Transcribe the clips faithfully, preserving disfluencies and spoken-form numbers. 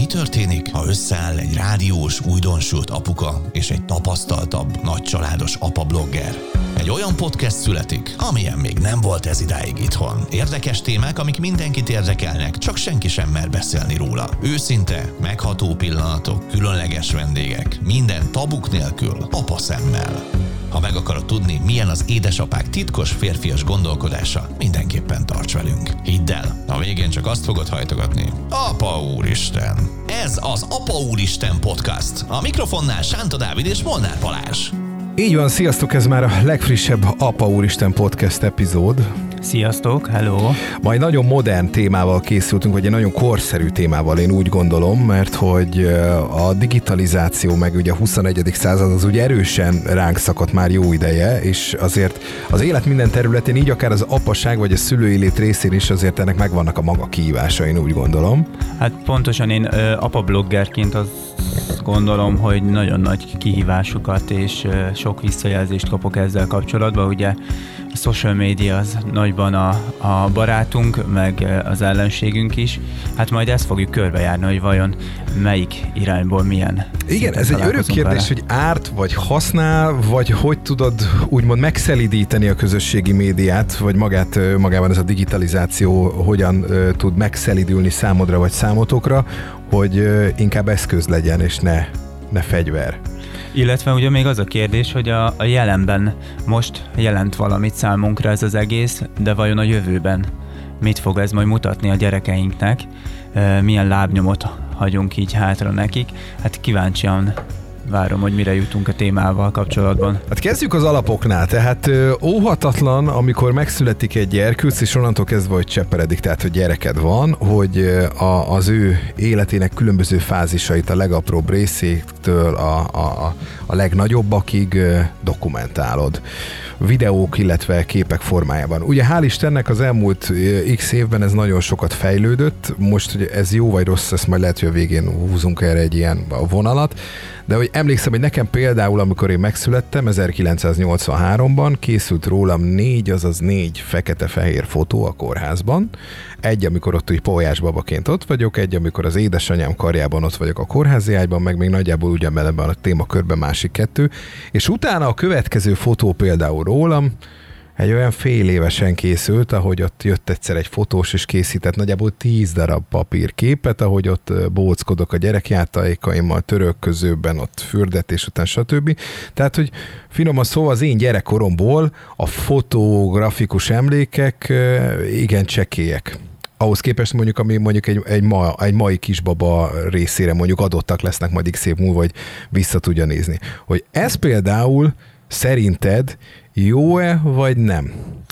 Mi történik, ha összeáll egy rádiós, újdonsült apuka és egy tapasztaltabb, nagycsaládos apa-blogger? Egy olyan podcast születik, amilyen még nem volt ez idáig itthon. Érdekes témák, amik mindenkit érdekelnek, csak senki sem mer beszélni róla. Őszinte, megható pillanatok, különleges vendégek, minden tabuk nélkül, apa szemmel. Ha meg akarod tudni, milyen az édesapák titkos férfias gondolkodása, mindenképpen tarts velünk. Hidd el, a végén csak azt fogod hajtogatni. Apa úristen! Ez az Apa úristen podcast. A mikrofonnál Sánta Dávid és Molnár Balázs. Így van, sziasztok, ez már a legfrissebb Apa úristen podcast epizód. Sziasztok, hello! Majd nagyon modern témával készültünk, vagy egy nagyon korszerű témával, én úgy gondolom, mert hogy a digitalizáció meg ugye a huszonegyedik század az úgy erősen ránk szakadt már jó ideje, és azért az élet minden területén, így akár az apaság vagy a szülői lét részén is azért ennek megvannak a maga kihívása, én úgy gondolom. Hát pontosan én apa-bloggerként azt gondolom, hogy nagyon nagy kihívásokat és sok visszajelzést kapok ezzel kapcsolatban, ugye a social media az nagyban a, a barátunk, meg az ellenségünk is. Hát majd ezt fogjuk körbejárni, hogy vajon melyik irányból milyen. Igen, ez egy örök kérdés, vele. Hogy árt vagy használ, vagy hogy tudod úgymond megszelidíteni a közösségi médiát, vagy magát, magában ez a digitalizáció hogyan uh, tud megszelidülni számodra vagy számotokra, hogy uh, inkább eszköz legyen, és ne, ne fegyver. Illetve ugye még az a kérdés, hogy a, a jelenben most jelent valamit számunkra ez az egész, de vajon a jövőben mit fog ez majd mutatni a gyerekeinknek, e, milyen lábnyomot hagyunk így hátra nekik. Hát kíváncsian várom, hogy mire jutunk a témával kapcsolatban. Hát kezdjük az alapoknál, tehát óhatatlan, amikor megszületik egy gyerkőc, és onnantól kezdve, hogy cseperedik, tehát hogy gyereked van, hogy a, az ő életének különböző fázisait a legapróbb részétől a, a, a legnagyobbakig dokumentálod. Videók, illetve képek formájában. Ugye hál' Istennek az elmúlt x évben ez nagyon sokat fejlődött, most, hogy ez jó vagy rossz, ezt majd lehet, hogy a végén húzunk erre egy ilyen vonalat, de hogy emlékszem, hogy nekem például, amikor én megszülettem, ezerkilencszáznyolcvanháromban készült rólam négy, azaz négy fekete-fehér fotó a kórházban. Egy, amikor ott úgy pólyás babaként ott vagyok, egy, amikor az édesanyám karjában ott vagyok a kórházi ágyban, meg még nagyjából ugyanebben a témakörben másik kettő. És utána a következő fotó például rólam, egy olyan fél évesen készült, ahogy ott jött egyszer egy fotós, és készített nagyjából tíz darab papírképet, ahogy ott bóckodok a gyerekjátékaimmal, törölközőben, ott fürdetés után, stb. Tehát, hogy finoman szóval az én gyerekkoromból a fotografikus emlékek igen csekélyek. Ahhoz képest mondjuk, ami mondjuk egy, egy, ma, egy mai kisbaba részére mondjuk adottak lesznek majd x év múlva, hogy vissza tudja nézni. Hogy ez például szerinted jó-e, vagy nem?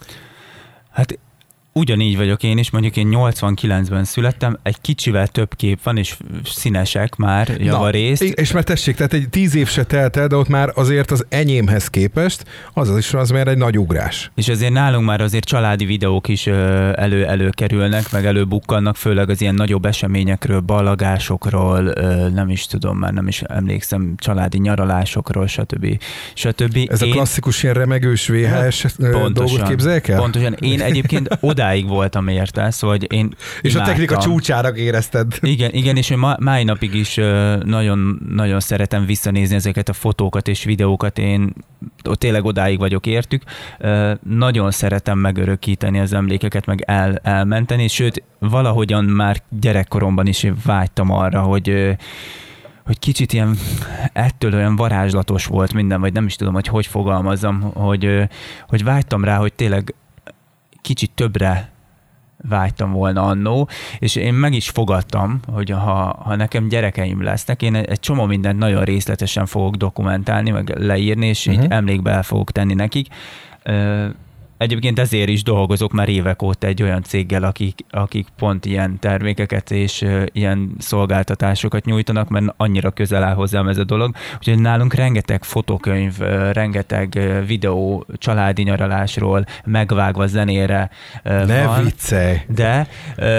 Hát ugyanígy vagyok én is, mondjuk én nyolcvankilencben születtem, egy kicsivel több kép van, és színesek már javarészt. És már tessék, tehát egy tíz év se telt el, de ott már azért az enyémhez képest az az is az már egy nagy ugrás. És azért nálunk már azért családi videók is elő előkerülnek, meg előbukkannak, főleg az ilyen nagyobb eseményekről, ballagásokról, nem is tudom, már nem is emlékszem, családi nyaralásokról, stb. stb. Ez én... a klasszikus ilyen remegős vé há es pontosan, dolgot képzeljek el? Pontosan. Én egyébként odáig voltam érte, szóval én és imádtam. A technika csúcsára érezted. Igen, igen, és én ma, mai napig is nagyon, nagyon szeretem visszanézni ezeket a fotókat és videókat, én tényleg odáig vagyok értük. Nagyon szeretem megörökíteni az emlékeket, meg el, elmenteni, sőt, valahogyan már gyerekkoromban is vágytam arra, hogy hogy kicsit ilyen ettől olyan varázslatos volt minden, vagy nem is tudom, hogy hogy fogalmazzam, hogy, hogy vágytam rá, hogy tényleg kicsit többre vágytam volna annó, és én meg is fogadtam, hogy ha, ha nekem gyerekeim lesznek, én egy csomó mindent nagyon részletesen fogok dokumentálni, meg leírni, és uh-huh. így emlékbe el fogok tenni nekik. Egyébként ezért is dolgozok már évek óta egy olyan céggel, akik, akik pont ilyen termékeket és uh, ilyen szolgáltatásokat nyújtanak, mert annyira közel áll hozzám ez a dolog. Úgyhogy nálunk rengeteg fotókönyv, uh, rengeteg uh, videó családi nyaralásról, megvágva zenére uh, ne van. viccelj! De uh,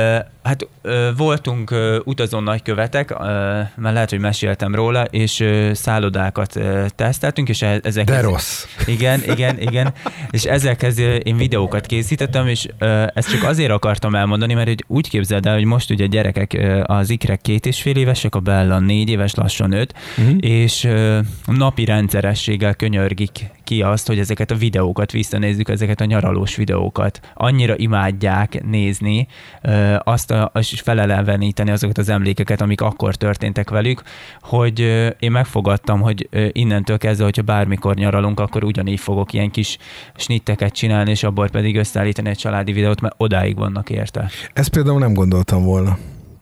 Hát ö, voltunk ö, utazó nagykövetek, ö, mert lehet, hogy meséltem róla, és ö, szállodákat ö, teszteltünk, és ezekhez... De rossz. Igen, igen, igen. És ezekhez ö, én videókat készítettem, és ö, ezt csak azért akartam elmondani, mert hogy úgy képzeld el, hogy most ugye gyerekek, ö, az ikrek két és fél évesek, a Bella négy éves, lassan öt, uh-huh. és ö, napi rendszerességgel könyörgik ki azt, hogy ezeket a videókat visszanézzük, ezeket a nyaralós videókat. Annyira imádják nézni, ö, azt és feleleveníteni azokat az emlékeket, amik akkor történtek velük, hogy én megfogadtam, hogy innentől kezdve, hogyha bármikor nyaralunk, akkor ugyanígy fogok ilyen kis snitteket csinálni, és abból pedig összeállítani egy családi videót, mert odáig vannak érte. Ezt például nem gondoltam volna,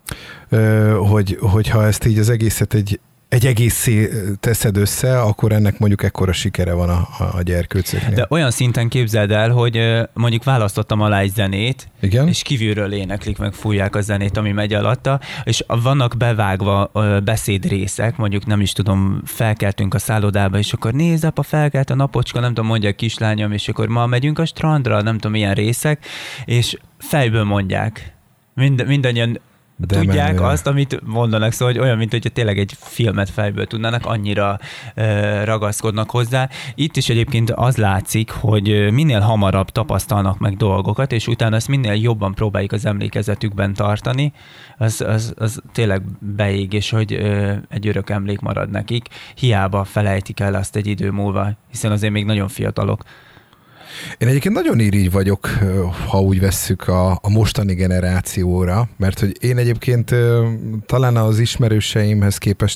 hogy, hogyha ezt így az egészet egy egy egészé teszed össze, akkor ennek mondjuk ekkora sikere van a, a gyerkőcöknél. De olyan szinten képzeld el, hogy mondjuk választottam alá egy zenét, igen? És kívülről éneklik, meg fújják a zenét, ami megy alatta, és vannak bevágva beszédrészek, mondjuk nem is tudom, felkeltünk a szállodába, és akkor nézd, apa, felkelt a napocska, nem tudom, mondja a kislányom, és akkor ma megyünk a strandra, nem tudom, milyen részek, és fejből mondják. Mind, mindannyian de tudják menő. Azt, amit mondanak, szóval hogy olyan, mint hogyha tényleg egy filmet fejből tudnának, annyira e, ragaszkodnak hozzá. Itt is egyébként az látszik, hogy minél hamarabb tapasztalnak meg dolgokat, és utána ezt minél jobban próbáljuk az emlékezetükben tartani, az, az, az tényleg beég, és hogy e, egy örök emlék marad nekik. Hiába felejtik el azt egy idő múlva, hiszen azért még nagyon fiatalok. Én egyébként nagyon irigy vagyok, ha úgy vesszük a, a mostani generációra, mert hogy én egyébként talán az ismerőseimhez képest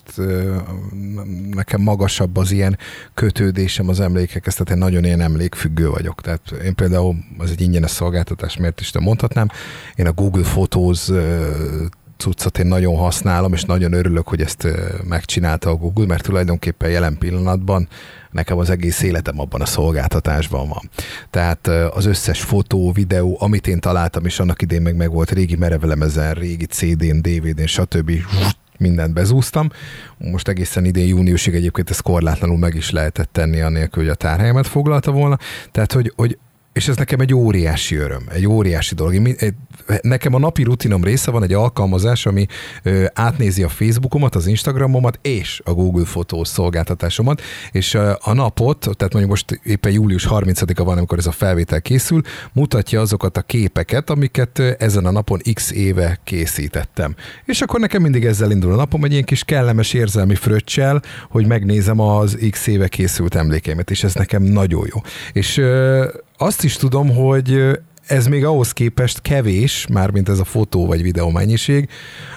nekem magasabb az ilyen kötődésem az emlékekhez, tehát én nagyon ilyen emlékfüggő vagyok. Tehát én például, az egy ingyenes szolgáltatás, miért is te mondhatnám, én a Google Photos cuccot én nagyon használom, és nagyon örülök, hogy ezt megcsinálta a Google, mert tulajdonképpen jelen pillanatban nekem az egész életem abban a szolgáltatásban van. Tehát az összes fotó, videó, amit én találtam, és annak idén meg meg volt régi merevelemezen, régi cé dén, dé vé dén, stb. Mindent bezúztam. Most egészen idén júniusig egyébként ezt korlátlanul meg is lehetett tenni, anélkül, hogy a tárhelyemet foglalta volna. Tehát, hogy, hogy és ez nekem egy óriási öröm, egy óriási dolog. Én, nekem a napi rutinom része van egy alkalmazás, ami ö, átnézi a Facebookomat, az Instagramomat és a Google Fotós szolgáltatásomat, és ö, a napot, tehát mondjuk most éppen július harmincadika van, amikor ez a felvétel készül, mutatja azokat a képeket, amiket ö, ezen a napon x éve készítettem. És akkor nekem mindig ezzel indul a napom, egy ilyen kis kellemes érzelmi fröccsel, hogy megnézem az x éve készült emlékeimet, és ez nekem nagyon jó. És ö, azt is tudom, hogy ez még ahhoz képest kevés, mármint ez a fotó vagy videó mennyiség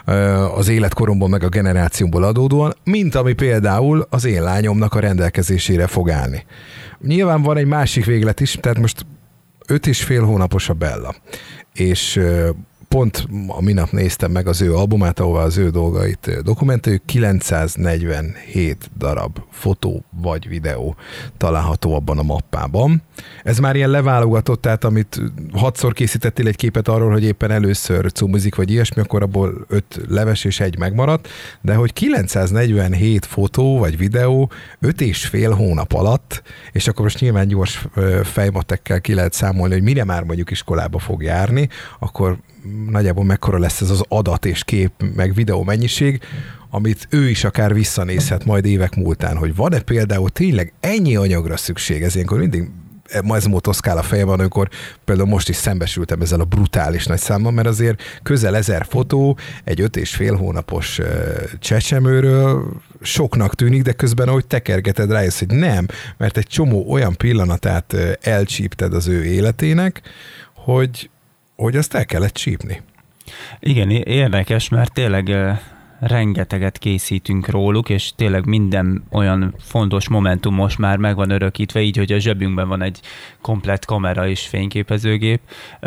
az életkoromból meg a generációból adódóan, mint ami például az én lányomnak a rendelkezésére fog állni. Nyilván van egy másik véglet is, tehát most öt és fél hónapos a Bella, és pont a minap néztem meg az ő albumát, ahová az ő dolgait dokumentáljuk, kilencszáznegyvenhét darab fotó vagy videó található abban a mappában. Ez már ilyen leválogatott, tehát amit hatszor készítettél egy képet arról, hogy éppen először cumizik vagy ilyesmi, akkor abból öt leves és egy megmaradt, de hogy kilencszáznegyvenhét fotó vagy videó öt és fél hónap alatt, és akkor most nyilván gyors fejmatekkel ki lehet számolni, hogy mire már mondjuk iskolába fog járni, akkor nagyjából mekkora lesz ez az adat és kép, meg videó mennyiség, amit ő is akár visszanézhet majd évek múltán, hogy van-e például tényleg ennyi anyagra szükség, ez ilyenkor mindig ma ez motoszkál a fejemben, amikor például most is szembesültem ezzel a brutális nagy számmal, mert azért közel ezer fotó egy öt és fél hónapos csecsemőről soknak tűnik, de közben ahogy tekergeted rájössz, hogy nem, mert egy csomó olyan pillanatát elcsípted az ő életének, hogy hogy azt el kellett csípni. Igen, érdekes, mert tényleg rengeteget készítünk róluk, és tényleg minden olyan fontos momentum most már meg van örökítve, így, hogy a zsebünkben van egy komplett kamera és fényképezőgép,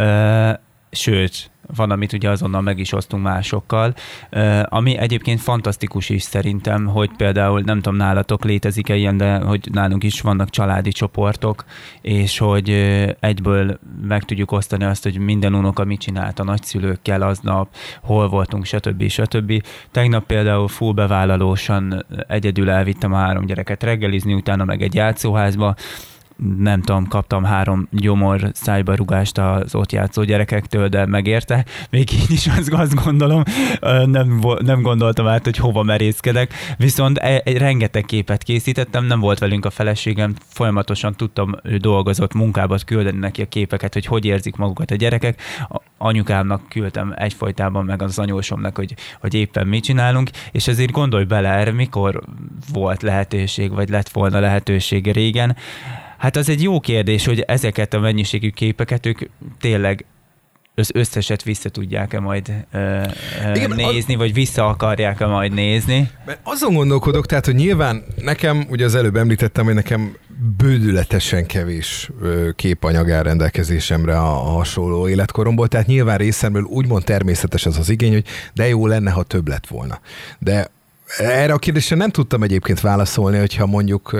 sőt, van, amit ugye azonnal meg is osztunk másokkal, ami egyébként fantasztikus is szerintem, hogy például nem tudom, nálatok létezik-e ilyen, de hogy nálunk is vannak családi csoportok, és hogy egyből meg tudjuk osztani azt, hogy minden unoka mit csinált a nagyszülőkkel aznap, hol voltunk, stb. stb. Tegnap például full bevállalósan egyedül elvittem a három gyereket reggelizni, utána meg egy játszóházba, nem tudom, kaptam három gyomor szájba rugást az ott játszó gyerekektől, de megérte. Még így is azt, azt gondolom, nem, nem gondoltam át, hogy hova merészkedek. Viszont egy rengeteg képet készítettem, nem volt velünk a feleségem, folyamatosan tudtam, ő dolgozott, munkába küldeni neki a képeket, hogy hogy érzik magukat a gyerekek. Anyukámnak küldtem egyfolytában, meg az anyósomnak, hogy, hogy éppen mit csinálunk, és ezért gondolj bele erre, mikor volt lehetőség, vagy lett volna lehetőség régen. Hát az egy jó kérdés, hogy ezeket a mennyiségű képeket ők tényleg az összeset vissza tudják-e majd ö, Igen, nézni, az... vagy vissza akarják-e majd nézni. Mert azon gondolkodok, tehát, hogy nyilván nekem, ugye az előbb említettem, hogy nekem bődületesen kevés képanyag áll rendelkezésemre a hasonló életkoromból, tehát nyilván részemről úgymond természetes az az igény, hogy de jó lenne, ha több lett volna. De erre a kérdésre nem tudtam egyébként válaszolni, hogyha mondjuk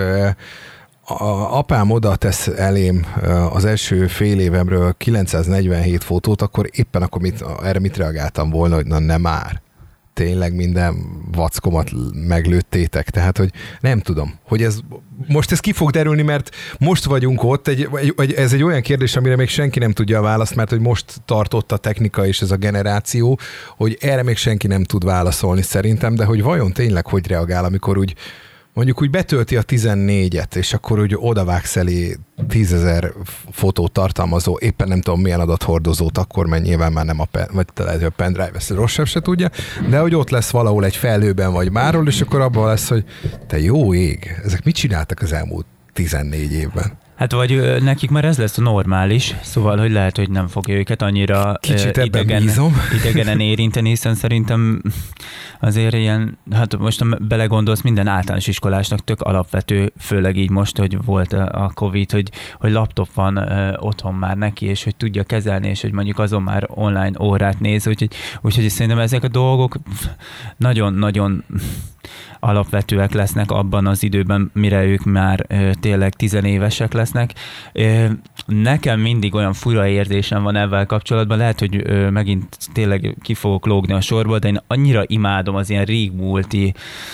a apám oda tesz elém az első fél évemről kilencszáznegyvenhét fotót, akkor éppen akkor mit, erre mit reagáltam volna, hogy na nem már. Tényleg minden vackomat meglőttétek. Tehát, hogy nem tudom, hogy ez most ez ki fog derülni, mert most vagyunk ott, egy, egy, ez egy olyan kérdés, amire még senki nem tudja a választ, mert hogy most tartott a technika és ez a generáció, hogy erre még senki nem tud válaszolni szerintem, de hogy vajon tényleg hogy reagál, amikor úgy mondjuk úgy betölti a tizennégyet, és akkor úgy odavágsz elé tízezer fotót tartalmazó, éppen nem tudom milyen adathordozót, akkor mert nyilván már nem a, pen, vagy talán a pendrive, ezt rosszabb se tudja, de hogy ott lesz valahol egy felhőben vagy máról, és akkor abban lesz, hogy te jó ég, ezek mit csináltak az elmúlt tizennégy évben? Hát vagy nekik már ez lesz a normális, szóval, hogy lehet, hogy nem fogja őket annyira idegen, idegenen érinteni, hiszen szerintem azért ilyen, hát most belegondolsz, minden általános iskolásnak tök alapvető, főleg így most, hogy volt a Covid, hogy, hogy laptop van otthon már neki, és hogy tudja kezelni, és hogy mondjuk azon már online órát néz, úgyhogy, úgyhogy szerintem ezek a dolgok nagyon-nagyon alapvetőek lesznek abban az időben, mire ők már ö, tényleg tizenévesek lesznek. Ö, nekem mindig olyan fura érzésem van ezzel kapcsolatban, lehet, hogy ö, megint tényleg ki fogok lógni a sorból, de én annyira imádom az ilyen régmúlti,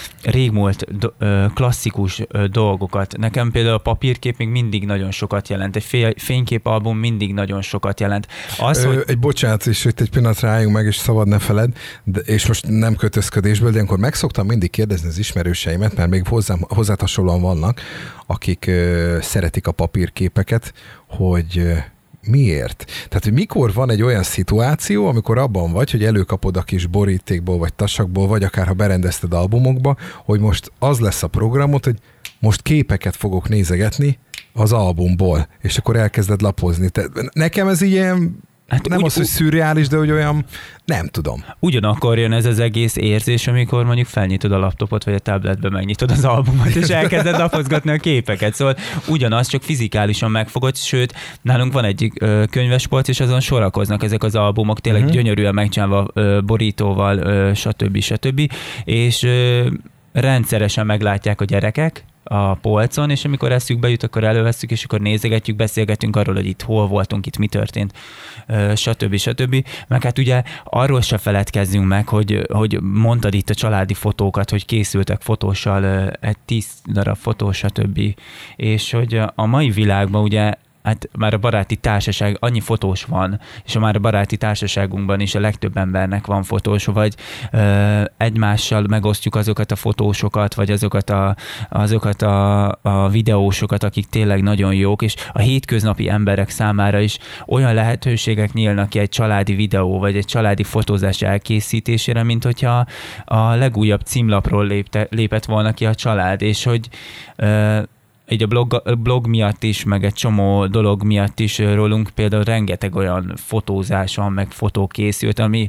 régmúlt do, ö, klasszikus ö, dolgokat. Nekem például a papírkép még mindig nagyon sokat jelent, egy fél, fényképalbum mindig nagyon sokat jelent. Az, ö, hogy... Egy bocsánat, és itt egy pillanatra álljunk meg, és szabad ne feled, de, és most nem kötözködésből, de ilyenkor megszoktam mindig kérdezni az ismerőseimet, mert még hozzám, hozzá hasonlóan vannak, akik ö, szeretik a papírképeket, hogy ö, miért? Tehát, hogy mikor van egy olyan szituáció, amikor abban vagy, hogy előkapod a kis borítékból, vagy tasakból, vagy akár ha berendezted albumokba, hogy most az lesz a programod, hogy most képeket fogok nézegetni az albumból, és akkor elkezded lapozni. Te, nekem ez ilyen Hát nem úgy, az, hogy szürreális, de hogy olyan, nem tudom. Ugyanakkor jön ez az egész érzés, amikor mondjuk felnyitod a laptopot, vagy a tabletbe megnyitod az albumot, és elkezded lapozgatni a képeket. Szóval ugyanaz, csak fizikálisan megfogod, sőt, nálunk van egy ö, könyvespolc, és azon sorakoznak ezek az albumok, tényleg uh-huh. gyönyörűen megcsinálva ö, borítóval, ö, stb. stb. És ö, rendszeresen meglátják a gyerekek a polcon, és amikor eszükbe jut, akkor elővesszük, és akkor nézegetjük, beszélgetünk arról, hogy itt hol voltunk, itt mi történt, stb. stb. Meg hát ugye arról se feledkezzünk meg, hogy, hogy mondtad itt a családi fotókat, hogy készültek fotóssal, egy tíz darab fotó, stb. És hogy a mai világban ugye hát már a baráti társaság, annyi fotós van, és már a baráti társaságunkban is a legtöbb embernek van fotós, vagy ö, egymással megosztjuk azokat a fotósokat, vagy azokat a, azokat a, a videósokat, akik tényleg nagyon jók, és a hétköznapi emberek számára is olyan lehetőségek nyílnak ki egy családi videó, vagy egy családi fotózás elkészítésére, mint hogyha a legújabb címlapról lépte, lépett volna ki a család, és hogy ö, így a blog, blog miatt is, meg egy csomó dolog miatt is rólunk például rengeteg olyan fotózás van, meg fotó készült, ami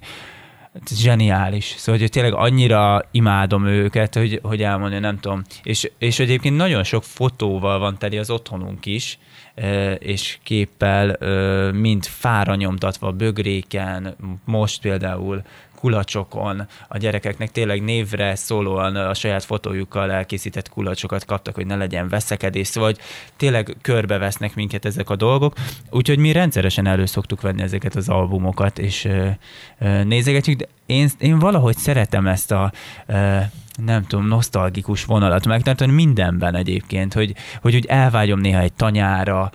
zseniális. Szóval, hogy tényleg annyira imádom őket, hogy, hogy elmondani, nem tudom. És, és egyébként nagyon sok fotóval van teli az otthonunk is, és képpel, mind fára nyomtatva, bögréken, most például kulacsokon, a gyerekeknek tényleg névre szólóan a saját fotójukkal elkészített kulacsokat kaptak, hogy ne legyen veszekedés, szóval hogy tényleg körbevesznek minket ezek a dolgok, úgyhogy mi rendszeresen elő szoktuk venni ezeket az albumokat, és nézegetjük, de én, én valahogy szeretem ezt a nem tudom, nosztalgikus vonalat megtartani mindenben egyébként, hogy, hogy úgy elvágyom néha egy tanyára,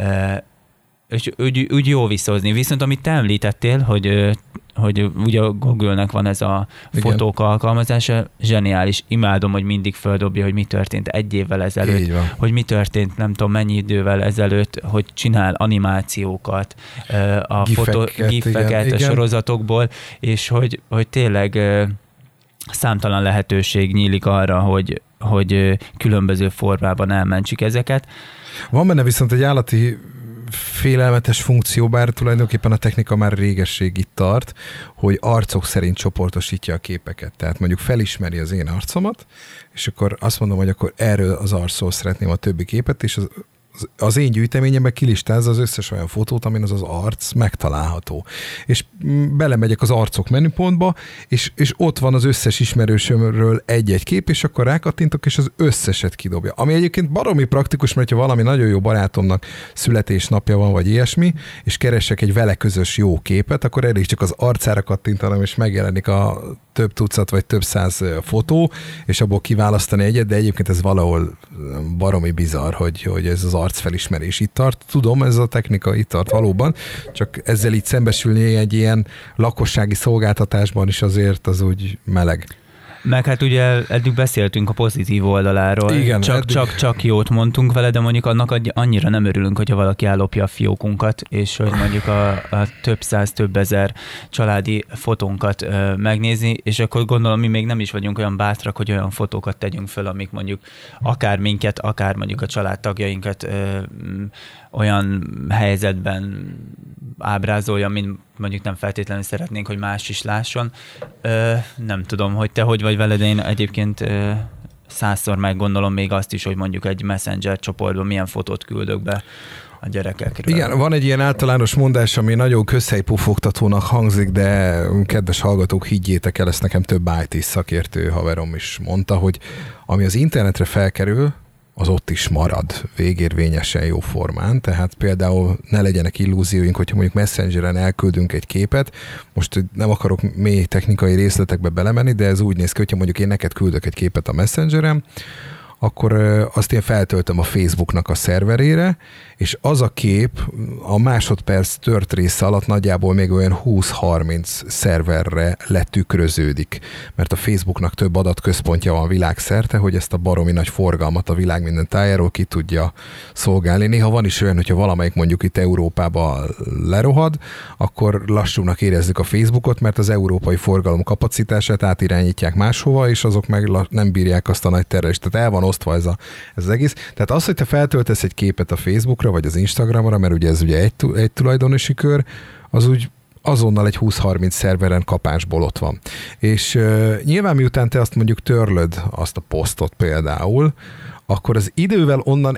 és úgy, úgy jó visszahozni. Viszont amit te említettél, hogy, hogy ugye a Google-nek van ez a igen. fotók alkalmazása, zseniális. Imádom, hogy mindig földobja, hogy mi történt egy évvel ezelőtt, hogy mi történt nem tudom mennyi idővel ezelőtt, hogy csinál animációkat, a gifeket, fotó, gifeket a sorozatokból, és hogy, hogy tényleg számtalan lehetőség nyílik arra, hogy, hogy különböző formában elmentsük ezeket. Van benne viszont egy állati félelmetes funkció, bár tulajdonképpen a technika már régesség itt tart, hogy arcok szerint csoportosítja a képeket. Tehát mondjuk felismeri az én arcomat, és akkor azt mondom, hogy akkor erről az arcról szeretném a többi képet, és az az én gyűjteményemben kilistázza az összes olyan fotót, amin az az arc megtalálható. És belemegyek az arcok menüpontba, és, és ott van az összes ismerősömről egy-egy kép, és akkor rákattintok, és az összeset kidobja. Ami egyébként baromi praktikus, mert ha valami nagyon jó barátomnak születésnapja van, vagy ilyesmi, és keresek egy vele közös jó képet, akkor elég csak az arcára kattintanom, és megjelenik a több tucat, vagy több száz fotó, és abból kiválasztani egyet, de egyébként ez valahol baromi bizarr, hogy, hogy ez az arcfelismerés itt tart. Tudom, ez a technika itt tart valóban, csak ezzel így szembesülni egy ilyen lakossági szolgáltatásban is azért az úgy meleg. Meg hát ugye eddig beszéltünk a pozitív oldaláról. Igen, csak, eddig... csak, csak jót mondtunk vele, de mondjuk annak annyira nem örülünk, hogyha valaki ellopja a fiókunkat, és hogy mondjuk a, a több száz, több ezer családi fotónkat ö, megnézni, és akkor gondolom, mi még nem is vagyunk olyan bátrak, hogy olyan fotókat tegyünk föl, amik mondjuk akár minket, akár mondjuk a családtagjainkat ö, olyan helyzetben ábrázolja, mint mondjuk nem feltétlenül szeretnénk, hogy más is lásson. Ö, nem tudom, hogy te hogy vagy veled, én egyébként ö, százszor meggondolom még azt is, hogy mondjuk egy Messenger csoportban milyen fotót küldök be a gyerekekről. Igen, van egy ilyen általános mondás, ami nagyon közhelypufogtatónak hangzik, de kedves hallgatók, higgyétek el, ezt nekem több í té szakértő haverom is mondta, hogy ami az internetre felkerül, az ott is marad végérvényesen jó formán, tehát például ne legyenek illúzióink, hogyha mondjuk Messengeren elküldünk egy képet, most nem akarok mély technikai részletekbe belemenni, de ez úgy néz ki, hogyha mondjuk én neked küldök egy képet a Messengeren, akkor azt én feltöltöm a Facebooknak a szerverére, és az a kép a másodperc tört része alatt nagyjából még olyan húsz-harminc szerverre letükröződik, mert a Facebooknak több adatközpontja van világszerte, hogy ezt a baromi nagy forgalmat a világ minden tájáról ki tudja szolgálni. Néha van is olyan, hogyha valamelyik mondjuk itt Európába lerohad, akkor lassúnak érezzük a Facebookot, mert az európai forgalom kapacitását átirányítják máshova, és azok meg nem bírják azt a nagy terhelést. Tehát el van osztva ez, a, ez az egész. Tehát az, hogy te feltöltesz egy képet a Facebookra, vagy az Instagramra, mert ugye ez ugye egy, egy tulajdonosi kör, az úgy azonnal egy húsz-harminc szerveren kapásból ott van. És uh, nyilván miután te azt mondjuk törlöd azt a posztot például, akkor az idővel onnan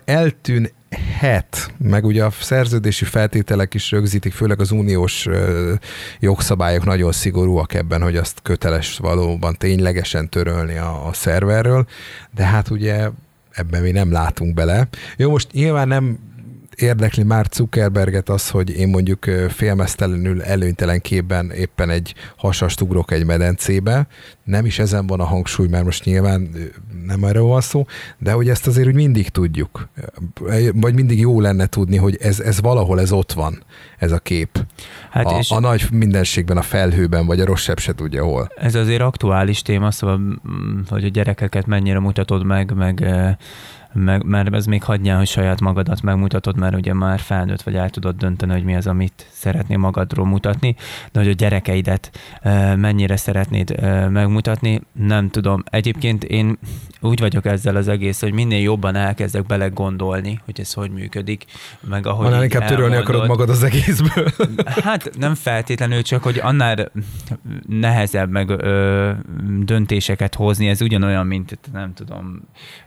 eltűnhet, meg ugye a szerződési feltételek is rögzítik, főleg az uniós uh, jogszabályok nagyon szigorúak ebben, hogy azt köteles valóban ténylegesen törölni a, a szerverről, de hát ugye ebben mi nem látunk bele. Jó, most nyilván nem érdekli már Zuckerberget az, hogy én mondjuk félmeztelenül előnytelen képben éppen egy hasast ugrok egy medencébe. Nem is ezen van a hangsúly, mert most nyilván nem erről van szó, de hogy ezt azért úgy mindig tudjuk. Vagy mindig jó lenne tudni, hogy ez, ez valahol ez ott van, ez a kép. Hát a, és a nagy mindenségben, a felhőben, vagy a rosszabb se tudja hol. Ez azért aktuális téma, szóval, hogy a gyerekeket mennyire mutatod meg, meg Meg, mert ez még hagyján, hogy saját magadat megmutatod, mert ugye már felnőtt vagy, el tudod dönteni, hogy mi az, amit szeretnél magadról mutatni, de hogy a gyerekeidet mennyire szeretnéd megmutatni, nem tudom. Egyébként én úgy vagyok ezzel az egész, hogy minél jobban elkezdek bele gondolni, hogy ez hogy működik, meg ahogy annál inkább törölni akarod magad az egészből. Hát nem feltétlenül, csak hogy annál nehezebb meg ö, döntéseket hozni, ez ugyanolyan, mint nem tudom,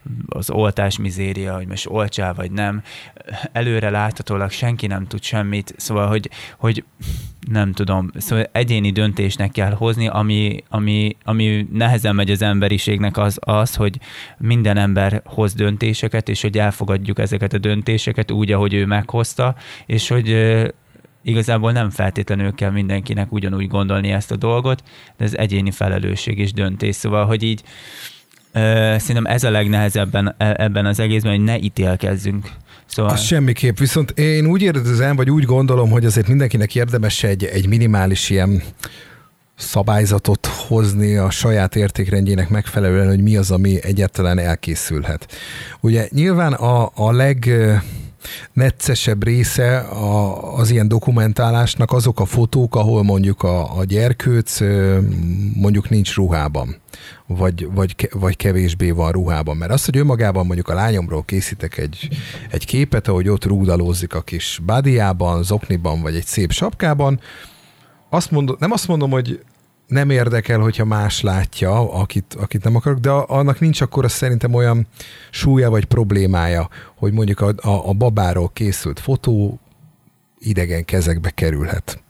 az oltás mizéria, hogy most oltsál vagy nem. Előre láthatólag senki nem tud semmit, szóval, hogy, hogy nem tudom, szóval egyéni döntésnek kell hozni, ami, ami, ami nehezen megy az emberiségnek az, az, hogy minden ember hoz döntéseket, és hogy elfogadjuk ezeket a döntéseket úgy, ahogy ő meghozta, és hogy igazából nem feltétlenül kell mindenkinek ugyanúgy gondolni ezt a dolgot, de ez egyéni felelősség és döntés. Szóval, hogy így Szerintem ez a legnehezebben ebben az egészben, hogy ne ítélkezzünk. Szóval... Az semmiképp, viszont én úgy érzem, vagy úgy gondolom, hogy azért mindenkinek érdemes egy, egy minimális ilyen szabályzatot hozni a saját értékrendjének megfelelően, hogy mi az, ami egyáltalán elkészülhet. Ugye nyilván a, a leg... neccesebb része a, az ilyen dokumentálásnak azok a fotók, ahol mondjuk a, a gyerkőc mondjuk nincs ruhában, vagy, vagy, vagy kevésbé van ruhában. Mert az, hogy önmagában mondjuk a lányomról készítek egy, egy képet, ahogy ott rúgdalózik a kis bádiában, zokniban, vagy egy szép sapkában, azt mondom, nem azt mondom, hogy nem érdekel, hogyha más látja, akit, akit nem akarok, de annak nincs akkor az szerintem olyan súlya vagy problémája, hogy mondjuk a, a, a babáról készült fotó idegen kezekbe kerülhet.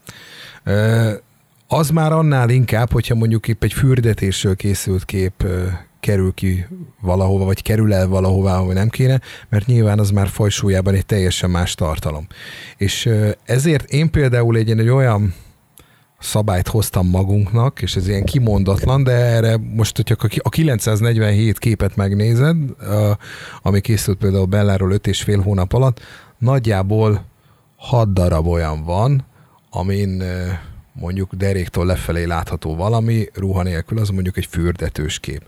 Az már annál inkább, hogyha mondjuk épp egy fürdetésről készült kép kerül ki valahova, vagy kerül el valahová, ahol nem kéne, mert nyilván az már fajsúlyában egy teljesen más tartalom. És ezért én például egy, egy olyan szabályt hoztam magunknak, és ez ilyen kimondatlan, de erre most, hogyha a kilencszáznegyvenhét képet megnézed, ami készült például Belláról öt és fél hónap alatt, nagyjából hat darab olyan van, amin mondjuk deréktől lefelé látható valami, ruha nélkül, az mondjuk egy fürdetős kép.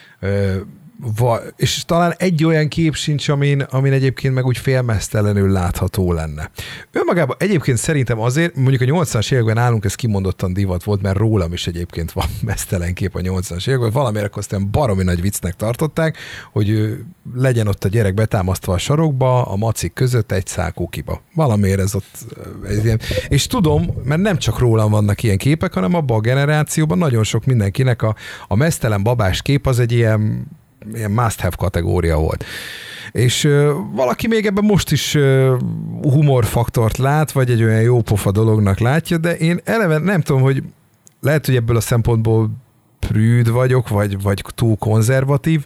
Va, és talán egy olyan kép sincs, amin, amin egyébként meg úgy félmeztelenül látható lenne. Önmagában egyébként szerintem azért, mondjuk a nyolcvanas években nálunk ez kimondottan divat volt, mert rólam is egyébként van meztelen kép a nyolcvanas években, valamiért akkor aztán baromi nagy viccnek tartották, hogy legyen ott a gyerek betámasztva a sarokba, a macik között egy szál kukiba. Valamiért ez ott ez ilyen. És tudom, mert nem csak rólam vannak ilyen képek, hanem abban a generációban nagyon sok mindenkinek a, a meztelen babás kép az egy ilyen ilyen must-have kategória volt. És uh, valaki még ebben most is uh, humorfaktort lát, vagy egy olyan jópofa dolognak látja, de én eleve nem tudom, hogy lehet, hogy ebből a szempontból prűd vagyok, vagy, vagy túl konzervatív,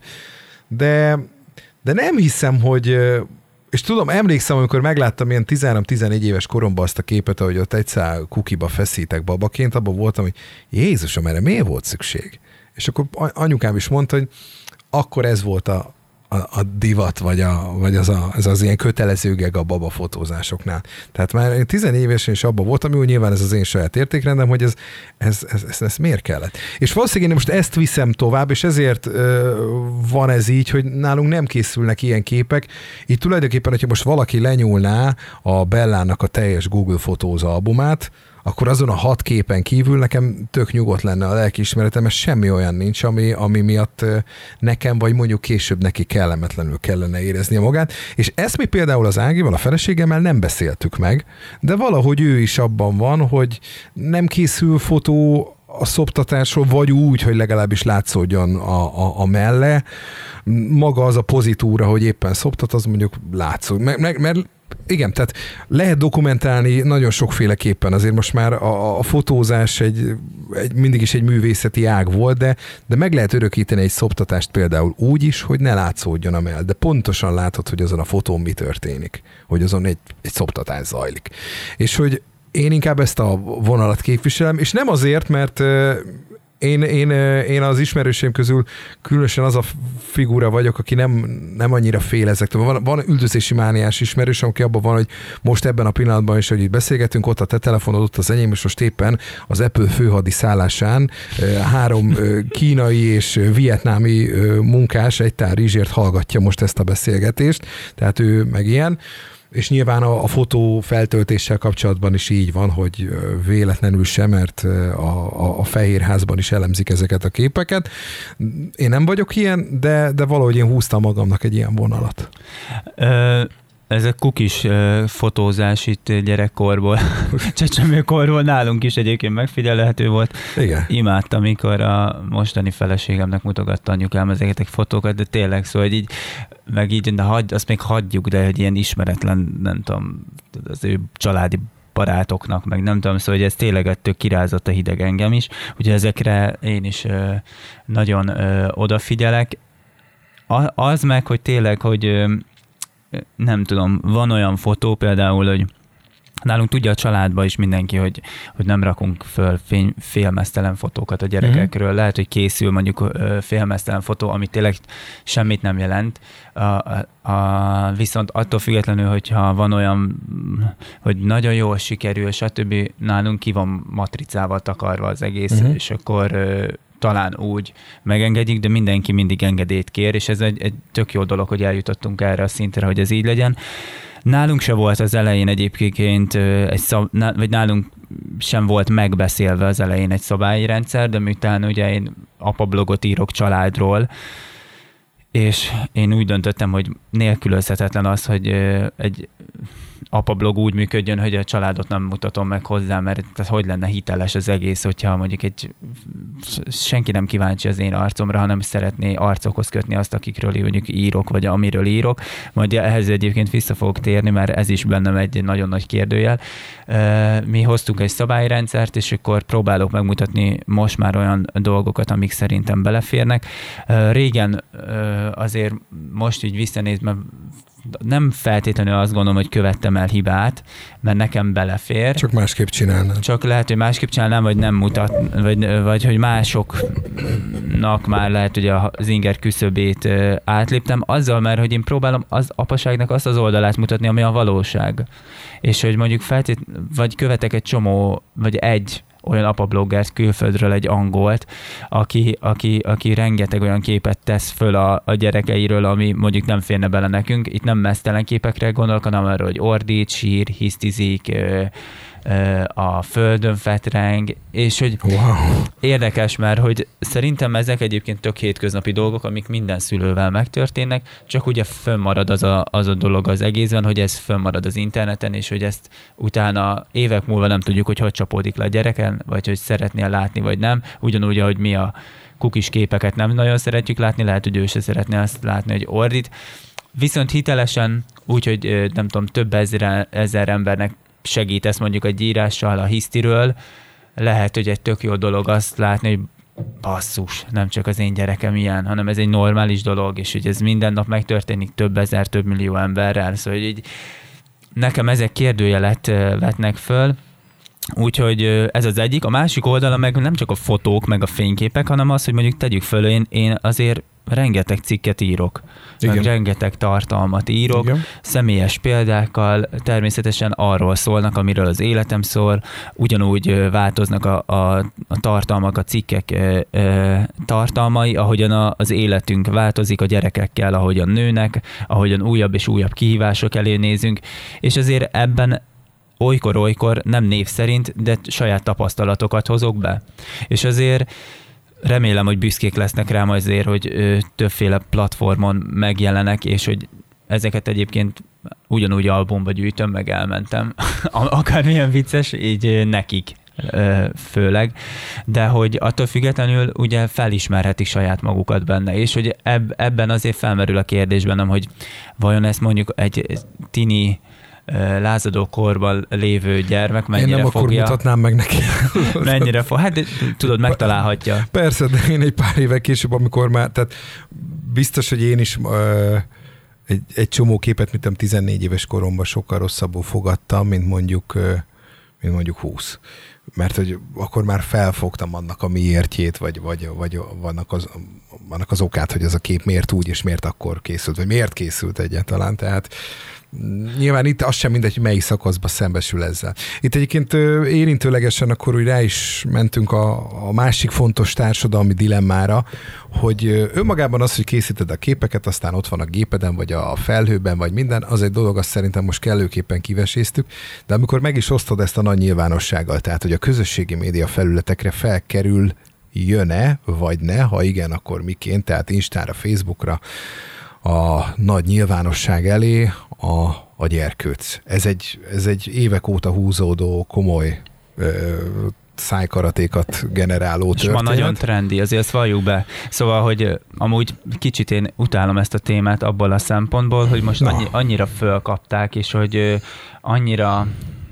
de, de nem hiszem, hogy uh, és tudom, emlékszem, amikor megláttam ilyen tizenhárom-tizenégy éves koromban azt a képet, ahogy ott egy szál kukiba feszítek babaként, abban voltam, hogy Jézusom, erre miért volt szükség? És akkor anyukám is mondta, hogy akkor ez volt a, a, a divat, vagy, a, vagy az, a, az az ilyen kötelező geg a baba fotózásoknál. Tehát már én tizenévesen is abban voltam, úgy nyilván ez az én saját értékrendem, hogy ez, ez, ez, ez, ez miért kellett. És valószínűleg én most ezt viszem tovább, és ezért ö, van ez így, hogy nálunk nem készülnek ilyen képek. Így tulajdonképpen, hogyha most valaki lenyúlná a Bellának a teljes Google Fotóz albumát, akkor azon a hat képen kívül nekem tök nyugodt lenne a lelkiismeretem, mert semmi olyan nincs, ami, ami miatt nekem, vagy mondjuk később neki kellemetlenül kellene éreznie magát. És ezt mi például az Ágival, a feleségemmel nem beszéltük meg, de valahogy ő is abban van, hogy nem készül fotó a szoptatásról, vagy úgy, hogy legalábbis látszódjon a, a, a melle. Maga az a pozitúra, hogy éppen szoptat, az mondjuk látszód. Mert, mert, mert igen, tehát lehet dokumentálni nagyon sokféleképpen, azért most már a, a fotózás egy, egy, mindig is egy művészeti ág volt, de, de meg lehet örökíteni egy szoptatást például úgy is, hogy ne látszódjon a mell, de pontosan látod, hogy azon a fotón mi történik, hogy azon egy, egy szoptatás zajlik. És hogy én inkább ezt a vonalat képviselem, és nem azért, mert Én, én, én az ismerőseim közül különösen az a figura vagyok, aki nem, nem annyira fél ezektől. Van, van üldözési mániás ismerősöm, aki abban van, hogy most ebben a pillanatban is, hogy itt beszélgetünk, ott a te telefonod, ott az enyém, és most éppen az Apple főhadi szállásán három kínai és vietnámi munkás egy tár rizsért hallgatja most ezt a beszélgetést, tehát ő meg ilyen. És nyilván a, a fotó feltöltéssel kapcsolatban is így van, hogy véletlenül sem, mert a, a, a Fehérházban is elemzik ezeket a képeket. Én nem vagyok ilyen, de, de valahogy én húztam magamnak egy ilyen vonalat. Ö, ez a kukis fotózás itt gyerekkorból, csecsemőkorból nálunk is egyébként megfigyelhető volt. Igen. Imádtam, amikor a mostani feleségemnek mutogatta anyukám ezeket a fotókat, de tényleg szóval, hogy így meg így, de hagy, azt még hagyjuk, de hogy ilyen ismeretlen, nem tudom, az ő családi barátoknak, meg nem tudom, szóval, hogy ez tényleg ettől kirázott a hideg engem is, úgyhogy ezekre én is ö, nagyon ö, odafigyelek. A, az meg, hogy tényleg, hogy ö, nem tudom, van olyan fotó például, hogy Nálunk tudja a családban is mindenki, hogy, hogy nem rakunk föl fény, félmeztelen fotókat a gyerekekről. Lehet, hogy készül mondjuk félmeztelen fotó, ami tényleg semmit nem jelent. A, a, a, viszont attól függetlenül, hogyha van olyan, hogy nagyon jól sikerül, stb. Nálunk ki van matricával takarva az egész, uh-huh. és akkor talán úgy megengedjük, de mindenki mindig engedélyt kér, és ez egy, egy tök jó dolog, hogy eljutottunk erre a szintre, hogy ez így legyen. Nálunk se volt az elején egyébként, egy szab, vagy nálunk sem volt megbeszélve az elején egy szabályrendszer, de miután ugye én apablogot írok családról, és én úgy döntöttem, hogy nélkülözhetetlen az, hogy egy apablog úgy működjön, hogy a családot nem mutatom meg hozzá, mert tehát hogy lenne hiteles az egész, hogyha mondjuk egy senki nem kíváncsi az én arcomra, hanem szeretné arcokhoz kötni azt, akikről mondjuk írok, vagy amiről írok. Majd ehhez egyébként vissza fogok térni, mert ez is bennem egy nagyon nagy kérdőjel. Mi hoztunk egy szabályrendszert, és akkor próbálok megmutatni most már olyan dolgokat, amik szerintem beleférnek. Régen azért most így visszanézve, nem feltétlenül azt gondolom, hogy követtem el hibát, mert nekem belefér. Csak másképp csinálnám. Csak lehet, hogy másképp csinálnám, vagy nem mutat, vagy, vagy hogy másoknak már lehet, hogy az inger küszöbét átléptem, azzal, mert hogy én próbálom az apaságnak azt az oldalát mutatni, ami a valóság. És hogy mondjuk feltét, vagy követek egy csomó, vagy egy olyan apabloggert külföldről, egy angolt, aki, aki, aki rengeteg olyan képet tesz föl a, a gyerekeiről, ami mondjuk nem férne bele nekünk. Itt nem meztelen képekre gondolok, hanem arra, hogy ordít, sír, hisztizik, ö, ö, a földön fetreng, és hogy wow. Érdekes, mert hogy szerintem ezek egyébként tök hétköznapi dolgok, amik minden szülővel megtörténnek, csak ugye fönnmarad az a, az a dolog az egészben, hogy ez fönnmarad az interneten, és hogy ezt utána évek múlva nem tudjuk, hogy hogy csapódik le a gyereken, vagy hogy szeretnél látni, vagy nem. Ugyanúgy, ahogy mi a kukis képeket nem nagyon szeretjük látni, lehet, hogy ő se szeretné azt látni, hogy ordít. Viszont hitelesen, úgyhogy nem tudom, több ezer, ezer embernek segítesz mondjuk egy írással a hisztiről, lehet, hogy egy tök jó dolog azt látni, hogy basszus, nem csak az én gyerekem ilyen, hanem ez egy normális dolog, és hogy ez minden nap megtörténik több ezer, több millió emberrel. Szóval hogy így, nekem ezek kérdőjelet vetnek föl, úgyhogy ez az egyik. A másik oldala meg nem csak a fotók, meg a fényképek, hanem az, hogy mondjuk tegyük föl, én, én azért rengeteg cikket írok, meg rengeteg tartalmat írok, igen. Személyes példákkal, természetesen arról szólnak, amiről az életem szól, ugyanúgy változnak a, a, a tartalmak, a cikkek e, e, tartalmai, ahogyan a, az életünk változik a gyerekekkel, ahogyan nőnek, ahogyan újabb és újabb kihívások elé nézünk, és azért ebben olykor-olykor, nem név szerint, de saját tapasztalatokat hozok be. És azért remélem, hogy büszkék lesznek rám azért, hogy ö, többféle platformon megjelenek, és hogy ezeket egyébként ugyanúgy albumba gyűjtöm, meg elmentem. Akármilyen vicces, így nekik ö, főleg. De hogy attól függetlenül ugye felismerhetik saját magukat benne, és hogy eb- ebben azért felmerül a kérdés bennem, hogy vajon ezt mondjuk egy tini lázadó korban lévő gyermek mennyire fogja... Én nem fogja, akkor mutatnám meg neki. Mennyire fog... Hát tudod, megtalálhatja. Persze, de én egy pár éve később, amikor már... Tehát biztos, hogy én is uh, egy, egy csomó képet, mint tizennégy éves koromban sokkal rosszabbul fogadtam, mint mondjuk, uh, mint mondjuk húsz. Mert hogy akkor már felfogtam annak a miértjét, vagy, vagy, vagy vannak, az, vannak az okát, hogy az a kép miért úgy, és miért akkor készült, vagy miért készült egyáltalán. Tehát nyilván itt az sem mindegy, hogy melyik szakaszba szembesül ezzel. Itt egyébként érintőlegesen akkor úgy rá is mentünk a, a másik fontos társadalmi dilemmára, hogy önmagában az, hogy készíted a képeket, aztán ott van a gépeden, vagy a felhőben, vagy minden, az egy dolog, azt szerintem most kellőképpen kiveséztük, de amikor meg is osztod ezt a nagy nyilvánossággal, tehát hogy a közösségi média felületekre felkerül, jön-e, vagy ne, ha igen, akkor miként, tehát Instára, Facebookra, a nagy nyilvánosság elé a, a gyerkőc. Ez egy, ez egy évek óta húzódó, komoly ö, szájkaratékat generáló és történet. ma nagyon trendi, azért ezt valljuk be. Szóval, hogy amúgy kicsit én utálom ezt a témát abból a szempontból, hogy most annyi, annyira fölkapták, és hogy annyira...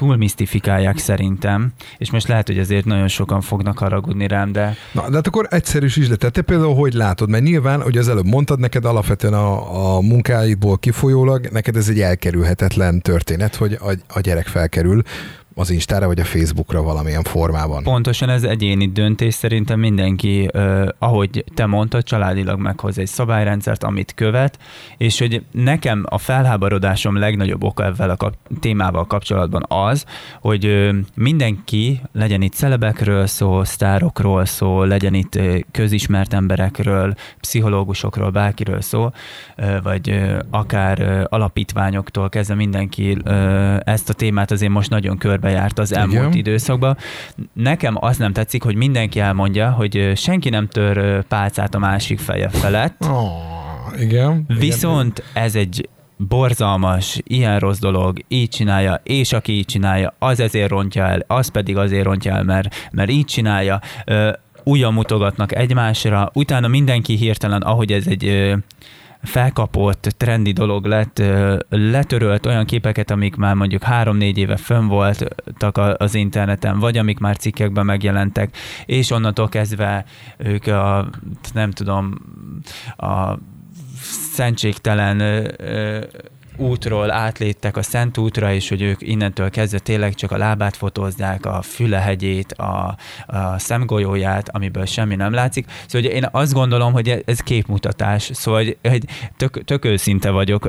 túl misztifikálják szerintem, és most lehet, hogy azért nagyon sokan fognak haragudni rám, de... Na, de hát akkor egyszerűsítsd le. Te például hogy látod? Mert nyilván, hogy az előbb mondtad, neked alapvetően a, a munkáidból kifolyólag, neked ez egy elkerülhetetlen történet, hogy a, a gyerek felkerül az Instára vagy a Facebookra valamilyen formában. Pontosan ez egyéni döntés, szerintem mindenki, eh, ahogy te mondtad, családilag meghoz egy szabályrendszert, amit követ, és hogy nekem a felháborodásom legnagyobb oka ezzel a kap- témával kapcsolatban az, hogy eh, mindenki, legyen itt celebekről szó, sztárokról szó, legyen itt eh, közismert emberekről, pszichológusokról, bárkiről szó, eh, vagy eh, akár eh, alapítványoktól kezdve mindenki eh, ezt a témát azért most nagyon körbe bejárt az elmúlt igen. időszakban. Nekem az nem tetszik, hogy mindenki elmondja, hogy senki nem tör pálcát a másik feje felett. Oh, igen. Viszont igen. ez egy borzalmas, ilyen rossz dolog, így csinálja, és aki így csinálja, az ezért rontja el, az pedig azért rontja el, mert, mert így csinálja. Újra mutogatnak egymásra, utána mindenki hirtelen, ahogy ez egy felkapott, trendi dolog lett, letörölt olyan képeket, amik már mondjuk három-négy éve fönn voltak az interneten, vagy amik már cikkekben megjelentek, és onnantól kezdve ők a, nem tudom, a szentségtelen útról átléptek a Szent útra, és hogy ők innentől kezdve tényleg csak a lábát fotózzák, a fülehegyét, a, a szemgolyóját, amiből semmi nem látszik. Szóval hogy én azt gondolom, hogy ez képmutatás. Szóval hogy, hogy tök, tök őszinte vagyok.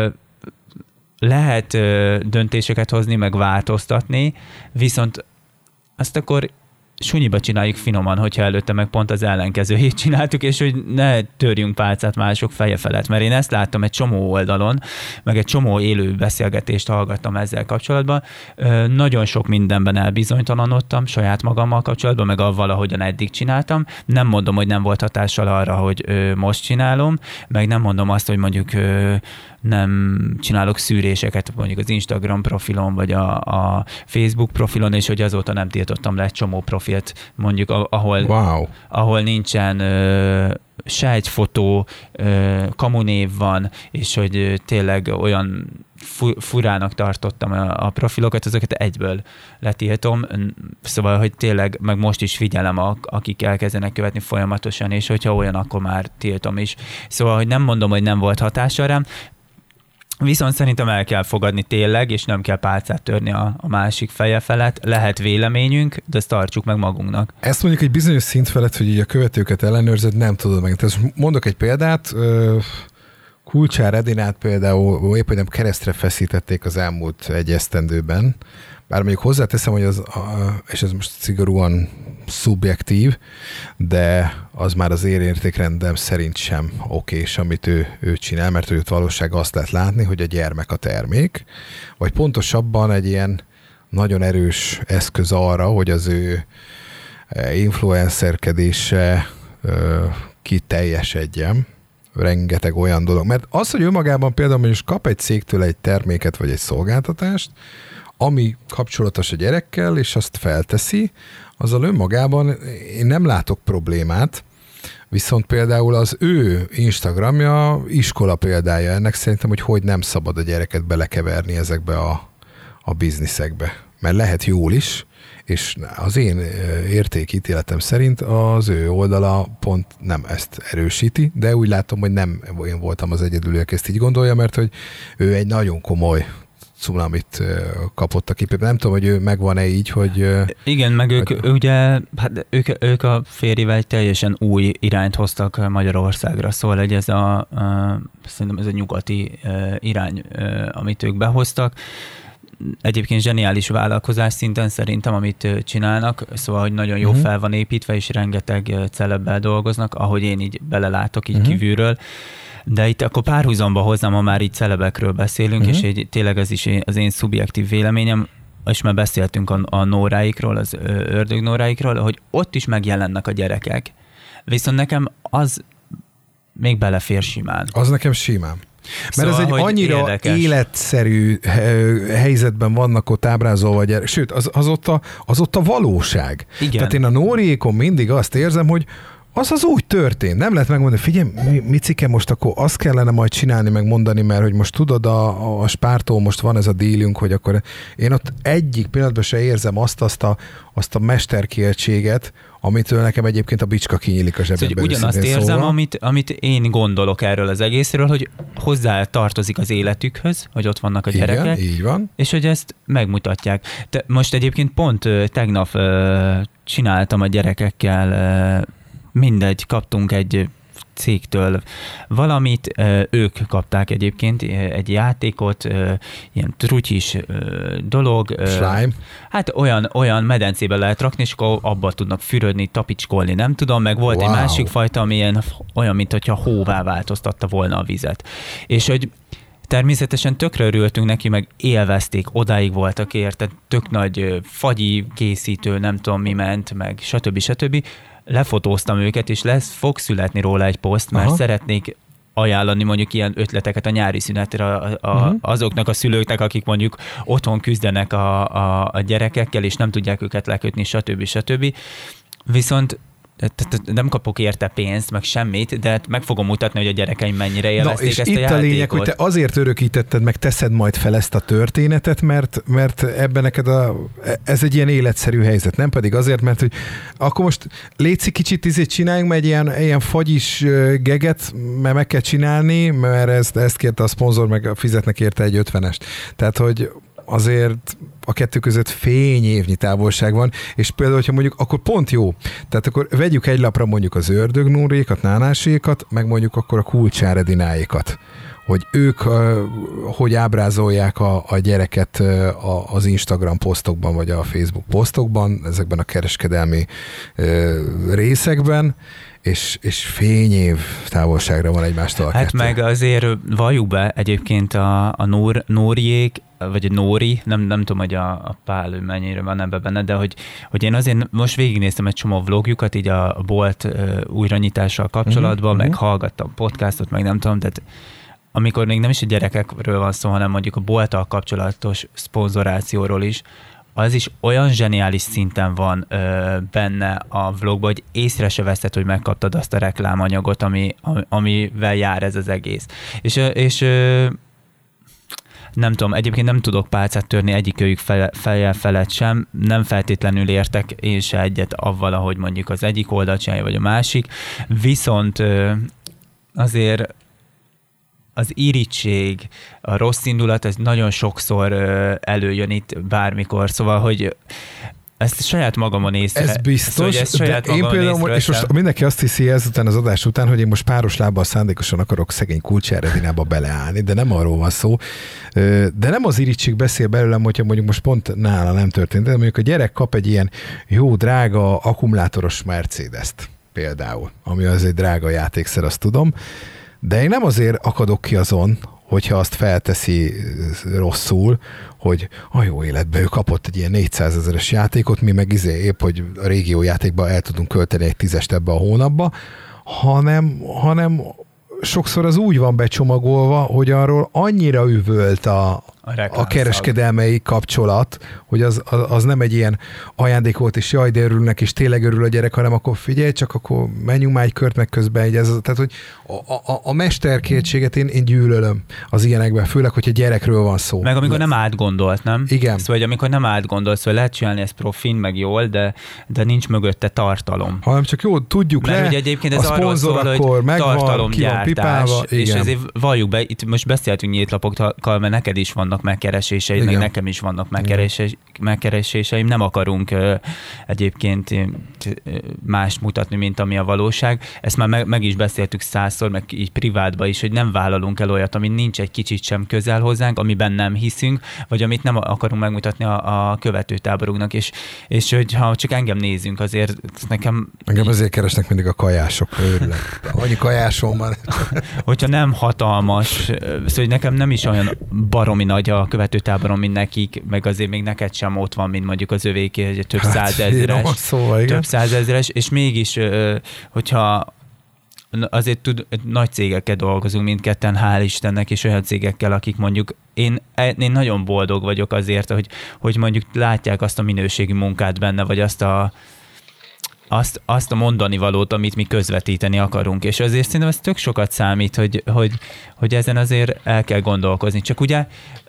Lehet döntéseket hozni, meg változtatni, viszont azt akkor sunyiba csináljuk finoman, hogyha előtte meg pont az ellenkezőjét csináltuk, és hogy ne törjünk pálcát mások feje felett, mert én ezt láttam egy csomó oldalon, meg egy csomó élő beszélgetést hallgattam ezzel kapcsolatban. Nagyon sok mindenben elbizonytalanodtam saját magammal kapcsolatban, meg avval, ahogyan eddig csináltam. Nem mondom, hogy nem volt hatással arra, hogy most csinálom, meg nem mondom azt, hogy mondjuk nem csinálok szűréseket mondjuk az Instagram profilon, vagy a, a Facebook profilon, és hogy azóta nem tiltottam le egy csomó profilt, mondjuk ahol, wow. ahol nincsen ö, se egy fotó, ö, kamunév van, és hogy tényleg olyan fu- furának tartottam a, a profilokat, azokat egyből letiltom, szóval, hogy tényleg, meg most is figyelem, a, akik elkezdenek követni folyamatosan, és hogyha olyan, akkor már tiltom is. Szóval, hogy nem mondom, hogy nem volt hatása rám, viszont szerintem el kell fogadni tényleg, és nem kell pálcát törni a, a másik feje felett. Lehet véleményünk, de ezt tartsuk meg magunknak. Ezt mondjuk egy bizonyos szint felett, hogy így a követőket ellenőrzed, nem tudod meg. Tehát mondok egy példát, Kulcsár Edinát például épp, hogy nem keresztre feszítették az elmúlt egy esztendőben, bár mondjuk hozzáteszem, hogy az, és ez most szigorúan szubjektív, de az már az én értékrendem szerint sem okés, amit ő, ő csinál, mert őt valóság azt lehet látni, hogy a gyermek a termék, vagy pontosabban egy ilyen nagyon erős eszköz arra, hogy az ő influencerkedése kiteljesedjen. Rengeteg olyan dolog. Mert az, hogy önmagában például mondjuk kap egy cégtől egy terméket vagy egy szolgáltatást, ami kapcsolatos a gyerekkel, és azt felteszi, azzal önmagában én nem látok problémát, viszont például az ő Instagramja iskola példája ennek szerintem, hogy hogy nem szabad a gyereket belekeverni ezekbe a, a bizniszekbe. Mert lehet jól is, és az én értékítéletem szerint az ő oldala pont nem ezt erősíti, de úgy látom, hogy nem én voltam az egyedül, aki ezt így gondolja, mert hogy ő egy nagyon komoly cunamit kapott a képében. Nem tudom, hogy ő megvan-e így, hogy... Igen, meg ők hogy... ugye, hát ők, ők a férjével egy teljesen új irányt hoztak Magyarországra, szóval egy ez a, a szerintem ez a nyugati irány, amit ők behoztak. Egyébként zseniális vállalkozás szinten szerintem, amit csinálnak, szóval, hogy nagyon jó uh-huh. fel van építve, és rengeteg celebbel dolgoznak, ahogy én így belelátok így uh-huh. kívülről. De itt akkor párhuzamba hoznám, ha már így celebekről beszélünk, uh-huh. és így, tényleg ez is az én szubjektív véleményem, és már beszéltünk a, a nóráikról, az ördög nóráikról, hogy ott is megjelennek a gyerekek. Viszont nekem az még belefér simán. Az nekem simán. Mert szóval, ez egy annyira érdekes. Életszerű helyzetben vannak ott ábrázolva, gyerek. Sőt, az, az, ott a, az ott a valóság. Igen. Tehát én a Nóriékon mindig azt érzem, hogy az az úgy történt. Nem lehet megmondani, figyelj, Micike, most akkor azt kellene majd csinálni, megmondani, mert hogy most tudod, a, a Spártól most van ez a dílünk, hogy akkor én ott egyik pillanatban se érzem azt, azt a, azt a mesterkéltséget, amitől nekem egyébként a bicska kinyílik a zsebembe. Szóval ugyanazt érzem, szóval. amit, amit én gondolok erről az egészről, hogy hozzá tartozik az életükhöz, hogy ott vannak a gyerekek. Igen, így van. És hogy ezt megmutatják. Te, most egyébként pont tegnap csináltam a gyerekekkel, mindegy, kaptunk egy cégtől valamit, ők kapták egyébként egy játékot, ilyen trutyis dolog. Slime. Hát olyan, olyan medencébe lehet rakni, és akkor abba tudnak fürödni, tapicskolni, nem tudom, meg volt wow. egy másik fajta, ami ilyen, olyan, mint hogyha hóvá változtatta volna a vizet. És hogy természetesen tökre örültünk neki, meg élvezték, odáig voltak érte, tök nagy fagyi készítő, nem tudom mi ment, meg stb. stb. Lefotóztam őket, és lesz, fog születni róla egy poszt, mert Aha. szeretnék ajánlani mondjuk ilyen ötleteket a nyári szünetre a, a, uh-huh. azoknak a szülőknek, akik mondjuk otthon küzdenek a, a, a gyerekekkel, és nem tudják őket lekötni, stb. stb. Viszont nem kapok érte pénzt, meg semmit, de meg fogom mutatni, hogy a gyerekeim mennyire élvezték ezt a játékot. itt a lényeg, hogy te azért örökítetted, meg teszed majd fel ezt a történetet, mert, mert ebben neked a, ez egy ilyen életszerű helyzet, nem pedig azért, mert hogy akkor most létszik kicsit izét csináljunk, mert egy ilyen, ilyen fagyis geget, mert meg kell csinálni, mert ezt, ezt kérte a szponzor, meg fizetnek érte egy ötvenest. Tehát, hogy azért a kettő között fényévnyi távolság van, és például, hogyha mondjuk, akkor pont jó. Tehát akkor vegyük egy lapra mondjuk az ördögnórékat, nánásékat, meg mondjuk akkor a kulcsáredináékat, hogy ők uh, hogy ábrázolják a, a gyereket uh, az Instagram posztokban, vagy a Facebook posztokban, ezekben a kereskedelmi uh, részekben, és, és fényév távolságra van egymástól a Hát kettő. meg azért valljuk be egyébként a, a Nór, Nóriék, vagy a Nóri, nem, nem tudom, hogy a, a Pál ő mennyire van ebben benne, de hogy, hogy én azért most végignéztem egy csomó vlogjukat így a bolt uh, újranyitással kapcsolatban, uh-huh, meg uh-huh. hallgattam podcastot, meg nem tudom, tehát amikor még nem is a gyerekekről van szó, hanem mondjuk a bolttal kapcsolatos szponzorációról is, az is olyan zseniális szinten van ö, benne a vlogban, hogy észre se veszed, hogy megkaptad azt a reklámanyagot, ami, amivel jár ez az egész. És, és ö, nem tudom, egyébként nem tudok pálcát törni egyikőjük fejjel felett sem, nem feltétlenül értek én se egyet avval, ahogy mondjuk az egyik oldalt csinálja, vagy a másik, viszont ö, azért az irítség, a rossz indulat, ez nagyon sokszor előjön itt bármikor, szóval, hogy ezt saját magamon észre. Ez biztos, szóval, ezt saját de én például, és most mindenki azt hiszi ezután az adás után, hogy én most páros lábbal szándékosan akarok szegény kulcsáredinába beleállni, de nem arról van szó. De nem az irítség beszél belőlem, hogyha mondjuk most pont nála nem történt, de mondjuk a gyerek kap egy ilyen jó, drága, akkumulátoros Mercedes-t például, ami az egy drága játékszer, azt tudom. De én nem azért akadok ki azon, hogyha azt felteszi rosszul, hogy a jó életben ő kapott egy ilyen négyszázezeres játékot, mi meg izé épp, hogy a régió játékban el tudunk költeni egy tízest ebbe a hónapba, hanem, hanem sokszor az úgy van becsomagolva, hogy arról annyira üvölt a, a, a kereskedelmei kapcsolat, hogy az, az, az nem egy ilyen ajándék volt, és jaj, de örülnek, és tényleg örül a gyerek, hanem akkor figyelj, csak akkor menjünk már egy kört meg közben. Egy ez, tehát, hogy a, a, a mesterkétséget én, én gyűlölöm az ilyenekben, főleg, hogyha gyerekről van szó. Meg amikor nem átgondolt, nem? Igen. Szóval, hogy amikor nem átgondolt, szóval lehet csinálni ezt profin, meg jól, de, de nincs mögötte tartalom. Hanem csak jó, tudjuk Mert le, ugye egyébként ez a arról szól, hogy megvan, tartalomgyártás, és igen. ezért valljuk be, itt most beszéltünk nyíltlapokkal, mert neked is vannak megkereséseid, igen. meg nekem is vannak megkeresés, megkereséseim, nem akarunk uh, egyébként uh, mást mutatni, mint ami a valóság. Ezt már meg, meg is beszéltük százszor, meg így privátban is, hogy nem vállalunk el olyat, ami nincs egy kicsit sem közel hozzánk, amiben nem hiszünk, vagy amit nem akarunk megmutatni a, a követőtáborunknak, és, és hogyha csak engem nézünk, azért nekem... Engem azért keresnek mindig a kajások, őrülek. Annyi kajásom van. Hogyha nem hatalmas, szóval hogy nekem nem is olyan baromi nagy a követőtáborom, mint nekik, meg azért még neked sem ott van, mint mondjuk az övéké, hogy több hát, százezeres, szóval, több százezeres, és mégis, hogyha azért tud, nagy cégekkel dolgozunk mindketten, hál' Istennek, és olyan cégekkel, akik mondjuk, én, én nagyon boldog vagyok azért, hogy, hogy mondjuk látják azt a minőségi munkát benne, vagy azt a azt, azt a mondani valót, amit mi közvetíteni akarunk. És azért szerintem ez tök sokat számít, hogy, hogy, hogy ezen azért el kell gondolkozni. Csak ugye,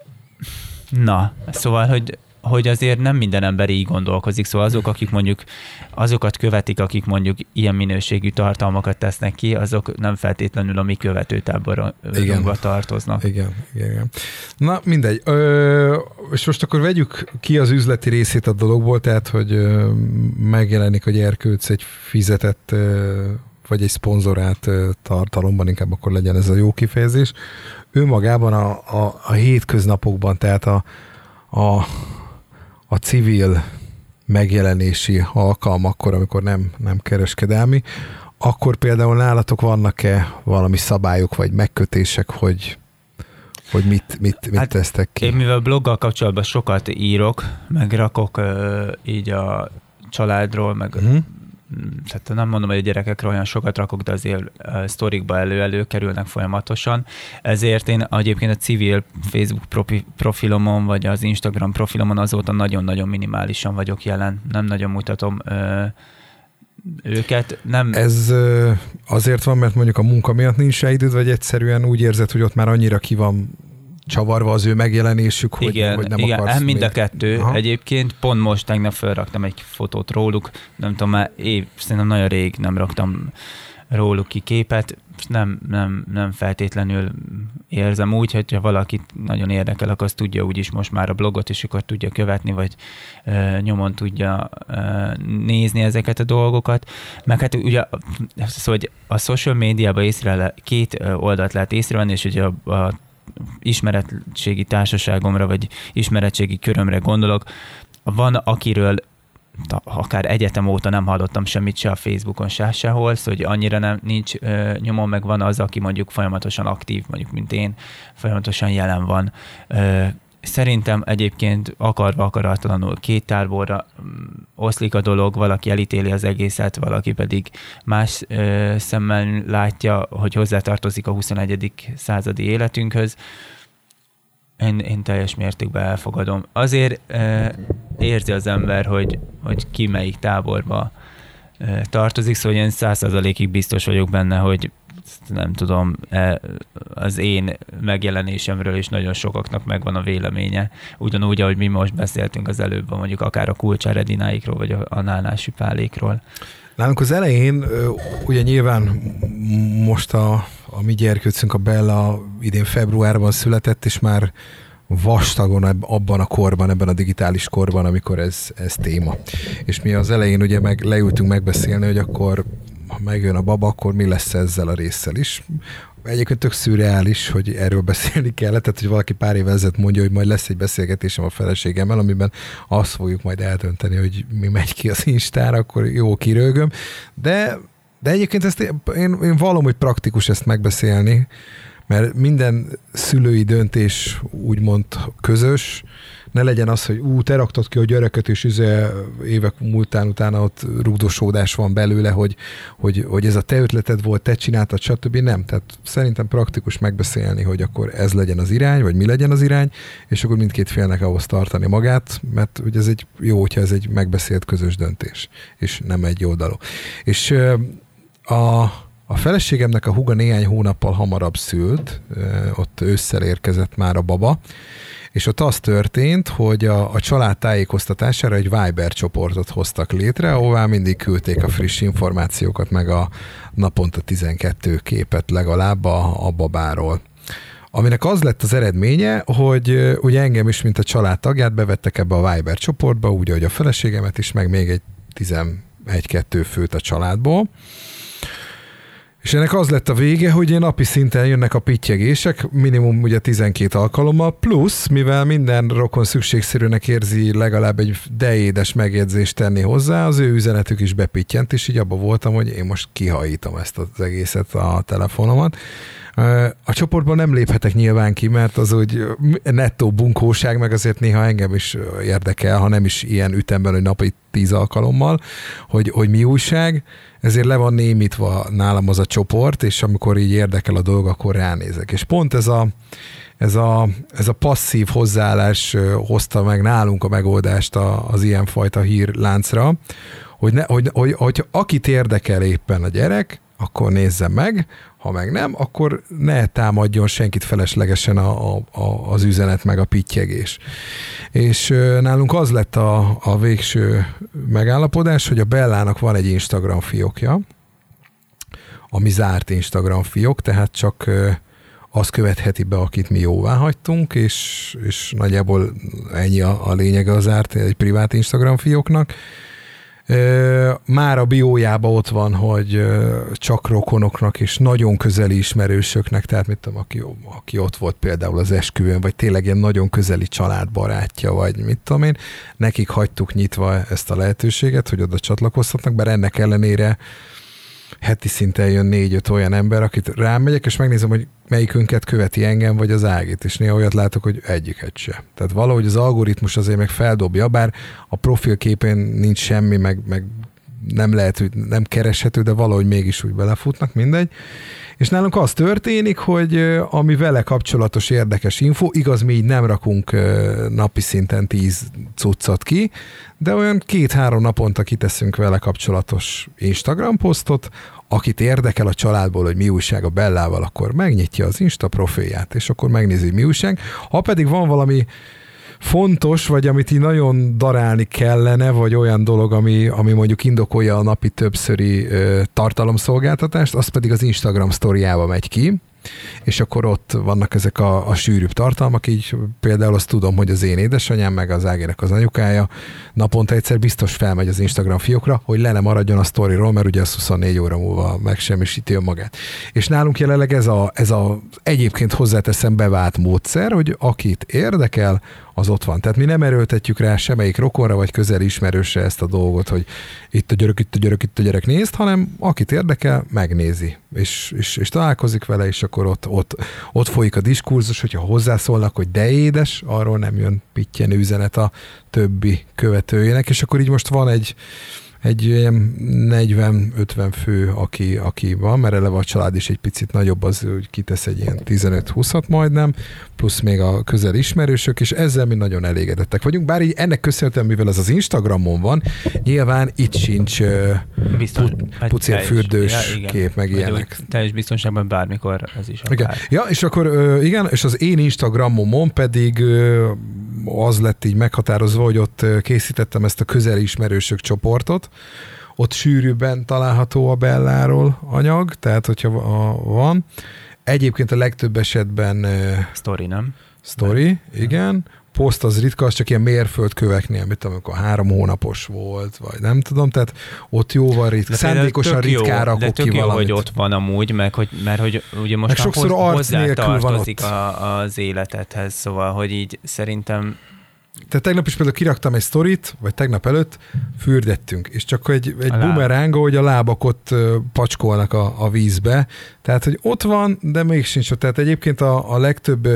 na, szóval, hogy hogy azért nem minden ember így gondolkozik, szóval azok, akik mondjuk azokat követik, akik mondjuk ilyen minőségű tartalmakat tesznek ki, azok nem feltétlenül a mi követőtáborunkba tartoznak. Igen, igen, igen. Na mindegy. Ö, és most akkor vegyük ki az üzleti részét a dologból, tehát, hogy ö, megjelenik, hogy Erkőc egy fizetett ö, vagy egy szponzorált ö, tartalomban, inkább akkor legyen ez a jó kifejezés. Ő magában a, a, a hétköznapokban, tehát a, a a civil megjelenési alkalmakkor, amikor nem, nem kereskedelmi, akkor például nálatok vannak-e valami szabályok vagy megkötések, hogy, hogy mit, mit, mit hát tesztek ki? Én mivel bloggal kapcsolatban sokat írok, meg rakok uh, így a családról, meg uh-huh. tehát nem mondom, hogy a gyerekekről olyan sokat rakok, de azért uh, sztorikba elő-elő kerülnek folyamatosan. Ezért én egyébként a civil Facebook profi, profilomon, vagy az Instagram profilomon azóta nagyon-nagyon minimálisan vagyok jelen. Nem nagyon mutatom uh, őket. Nem... Ez uh, azért van, mert mondjuk a munka miatt nincs rá időd, vagy egyszerűen úgy érzed, hogy ott már annyira ki van csavarva az ő megjelenésük, hogy, igen, hogy nem igen, akarsz mind még... a kettő. Aha. Egyébként pont most tegnap felraktam egy fotót róluk, nem tudom, már év, szerintem nagyon rég nem raktam róluk ki képet, nem, nem, nem feltétlenül érzem úgy, hogyha valakit nagyon érdekel, akkor azt tudja úgyis most már a blogot, és akkor tudja követni, vagy uh, nyomon tudja uh, nézni ezeket a dolgokat. Meg hát ugye szóval a social médiában észre, két oldalt lehet észrevenni, és ugye a, a ismeretségi társaságomra, vagy ismeretségi körömre gondolok. Van, akiről akár egyetem óta nem hallottam semmit se a Facebookon, se sehol, szóval hogy annyira nem, nincs ö, nyomon, meg van az, aki mondjuk folyamatosan aktív, mondjuk mint én, folyamatosan jelen van. Ö, Szerintem egyébként akarva akaratlanul két táborra oszlik a dolog, valaki elítéli az egészet, valaki pedig más ö, szemmel látja, hogy hozzátartozik a huszonegyedik századi életünkhöz. Én, én teljes mértékben elfogadom. Azért ö, érzi az ember, hogy, hogy ki melyik táborba ö, tartozik, szóval én száz százalékig biztos vagyok benne, hogy nem tudom, az én megjelenésemről is nagyon sokaknak megvan a véleménye. Ugyanúgy, ahogy mi most beszéltünk az előbb, mondjuk akár a Kulcsár Edináikról, vagy a Nálnási Pálékról. Nálunk az elején, ugye nyilván most a, a mi gyerkőcünk, a Bella idén februárban született, és már vastagon abban a korban, ebben a digitális korban, amikor ez, ez téma. És mi az elején ugye meg leültünk megbeszélni, hogy akkor ha megjön a baba, akkor mi lesz ezzel a résszel is. Egyébként tök szürreális, hogy erről beszélni kellett, tehát hogy valaki pár évvel ezelőtt mondja, hogy majd lesz egy beszélgetésem a feleségemmel, amiben azt fogjuk majd eldönteni, hogy mi megy ki az Instára, akkor jó, kirögöm. De, de egyébként ezt én, én vallom, hogy praktikus ezt megbeszélni, mert minden szülői döntés úgymond közös, ne legyen az, hogy ú, te raktad ki a gyereket, és üze, évek múltán utána ott rugdosódás van belőle, hogy, hogy, hogy ez a te ötleted volt, te csináltad, stb. Nem. Tehát szerintem praktikus megbeszélni, hogy akkor ez legyen az irány, vagy mi legyen az irány, és akkor mindkét félnek ahhoz tartani magát, mert ugye ez egy jó, hogyha ez egy megbeszélt közös döntés, és nem egy oldalú. És a A feleségemnek a húga néhány hónappal hamarabb szült, ott ősszel érkezett már a baba, és ott az történt, hogy a, a család tájékoztatására egy Viber csoportot hoztak létre, ahová mindig küldték a friss információkat, meg a naponta tizenkét képet legalább a, a babáról. Aminek az lett az eredménye, hogy ugye engem is, mint a család tagját bevettek ebbe a Viber csoportba, úgy, ahogy a feleségemet is, meg még egy tizenegy-kettő főt a családból. És ennek az lett a vége, hogy napi szinten jönnek a pittyegések, minimum ugye tizenkét alkalommal, plusz, mivel minden rokon szükségszerűnek érzi legalább egy deédes megjegyzést tenni hozzá, az ő üzenetük is bepittyent, és így abban voltam, hogy én most kihajítom ezt az egészet, a telefonomat. A csoportban nem léphetek nyilván ki, mert az úgy nettó bunkóság, meg azért néha engem is érdekel, ha nem is ilyen ütemben, hogy napi tíz alkalommal, hogy, hogy mi újság. Ezért le van némítva nálam az a csoport, és amikor így érdekel a dolog, akkor ránézek. És pont ez a, ez a, ez a passzív hozzáállás hozta meg nálunk a megoldást az ilyenfajta hírláncra, hogy, ne, hogy, hogy, hogy akit érdekel éppen a gyerek, akkor nézze meg, ha meg nem, akkor ne támadjon senkit feleslegesen a, a, a, az üzenet meg a pittyegés. És nálunk az lett a, a végső megállapodás, hogy a Bellának van egy Instagram fiókja, ami zárt Instagram fiók, tehát csak az követheti be, akit mi jóvá hagytunk, és, és nagyjából ennyi a, a lényege az zárt egy privát Instagram fióknak. Már a biójában ott van, hogy csak rokonoknak és nagyon közeli ismerősöknek, tehát mit tudom, aki, aki ott volt például az esküvőn, vagy tényleg ilyen nagyon közeli családbarátja, vagy mit tudom én, nekik hagytuk nyitva ezt a lehetőséget, hogy oda csatlakozhatnak, bár ennek ellenére heti szinten jön négy-öt olyan ember, akit rámegyek, és megnézem, hogy melyikünket követi engem, vagy az Ágit, és néha olyat látok, hogy egyiket se. Tehát valahogy az algoritmus azért meg feldobja, bár a profilképén nincs semmi, meg, meg nem lehet, nem kereshető, de valahogy mégis úgy belefutnak, mindegy. És nálunk az történik, hogy ami vele kapcsolatos érdekes info, igaz, mi így nem rakunk napi szinten tíz cuccot ki, de olyan két-három naponta kiteszünk vele kapcsolatos Instagram posztot, akit érdekel a családból, hogy mi újság a Bellával, akkor megnyitja az Insta profilját, és akkor megnézi, hogy mi újság. Ha pedig van valami fontos, vagy amit így nagyon darálni kellene, vagy olyan dolog, ami, ami mondjuk indokolja a napi többszöri ö, tartalomszolgáltatást, az pedig az Instagram sztoriába megy ki, és akkor ott vannak ezek a, a sűrűbb tartalmak, így például azt tudom, hogy az én édesanyám, meg az Ágének az anyukája naponta egyszer biztos felmegy az Instagram fiókra, hogy le ne maradjon a sztoriról, mert ugye az huszonnégy óra múlva megsemmisíti önmagát. És nálunk jelenleg ez a, ez a egyébként hozzáteszem bevált módszer, hogy akit érdekel, az ott van. Tehát mi nem erőltetjük rá semmelyik rokonra, vagy közeli ismerősre ezt a dolgot, hogy itt a gyerek, itt a gyerek, itt a gyerek nézd, hanem akit érdekel, megnézi, és, és, és találkozik vele, és akkor ott, ott, ott folyik a diskurzus, hogyha hozzászólnak, hogy de édes, arról nem jön pittyenő üzenet a többi követőjének, és akkor így most van egy egy ilyen negyven-ötven fő, aki, aki van, mert eleve a család is egy picit nagyobb, az hogy kitesz egy ilyen tizenöt-húszat majdnem, plusz még a közel ismerősök, és ezzel mi nagyon elégedettek vagyunk. Bár így ennek köszönhetően, mivel az az Instagramon van, nyilván itt sincs Biztos, pu- pucérfürdős ja, kép, meg vagy ilyenek. Teljes biztonságban bármikor ez is igen. Ja, és akkor igen, és az én Instagramomon pedig az lett így meghatározva, hogy ott készítettem ezt a közeli ismerősök csoportot, ott sűrűbben található a Belláról anyag, tehát hogyha van. Egyébként a legtöbb esetben... Story, nem? Story, igen. Poszt az ritka, az csak ilyen mérföldköveknél, mit tudom, amikor három hónapos volt, vagy nem tudom, tehát ott jóval ritka. Szándékosan ritkán rakok ki valamit. De tök jó, hogy ott van amúgy, meg hogy, mert hogy ugye most sokszor hozzátartozik az életedhez, szóval, hogy így szerintem Tehát tegnap is például kiraktam egy sztorit, vagy tegnap előtt fürdettünk, és csak egy, egy bumeráng, hogy a lábak ott pacskolnak a, a vízbe. Tehát, hogy ott van, de még sincs ott. Tehát egyébként a, a legtöbb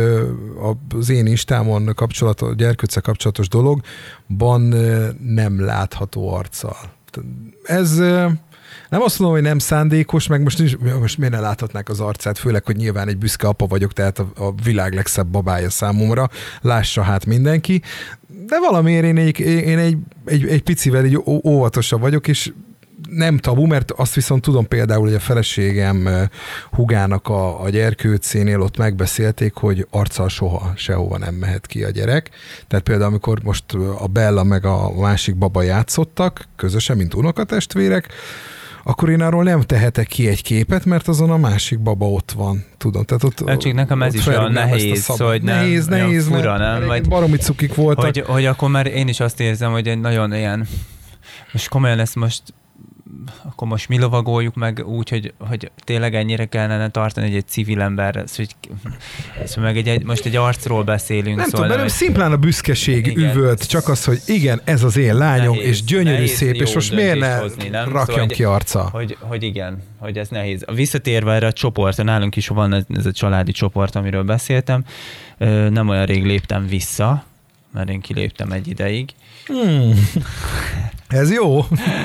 az én Instámon kapcsolatos, gyerkőccel kapcsolatos dologban nem látható arccal. Ez... Nem azt mondom, hogy nem szándékos, meg most, most miért ne láthatnák az arcát, főleg, hogy nyilván egy büszke apa vagyok, tehát a, a világ legszebb babája számomra, lássa hát mindenki, de valamiért én egy, én egy, egy, egy picivel egy óvatosabb vagyok, és nem tabu, mert azt viszont tudom például, hogy a feleségem húgának a, a gyerkőccénél ott megbeszélték, hogy arccal soha sehova nem mehet ki a gyerek. Tehát például, amikor most a Bella meg a másik baba játszottak, közösen, mint unokatestvérek, akkor én arról nem tehetek ki egy képet, mert azon a másik baba ott van. Tudom, tehát ott... Nem, csak nekem ez is olyan nehéz, hogy nem, nehéz, nehéz, fura, nem? Vagy baromi cukik voltak. Hogy, hogy akkor már én is azt érzem, hogy egy nagyon ilyen... Most komolyan ezt most akkor most mi lovagoljuk meg úgy, hogy, hogy tényleg ennyire kellene tartani, hogy egy civil ember, hogy, szóval meg egy, egy, most egy arcról beszélünk. Nem szóval tudom, nem, szimplán a büszkeség igen, üvölt, csak az, hogy igen, ez az én lányom, nehéz, és gyönyörű szép, és most miért ne hozni, rakjam szóval, ki arca? Hogy, hogy igen, hogy ez nehéz. Visszatérve erre a csoportra, nálunk is van ez, ez a családi csoport, amiről beszéltem, nem olyan rég léptem vissza, mert én kiléptem egy ideig. Hmm. Ez jó.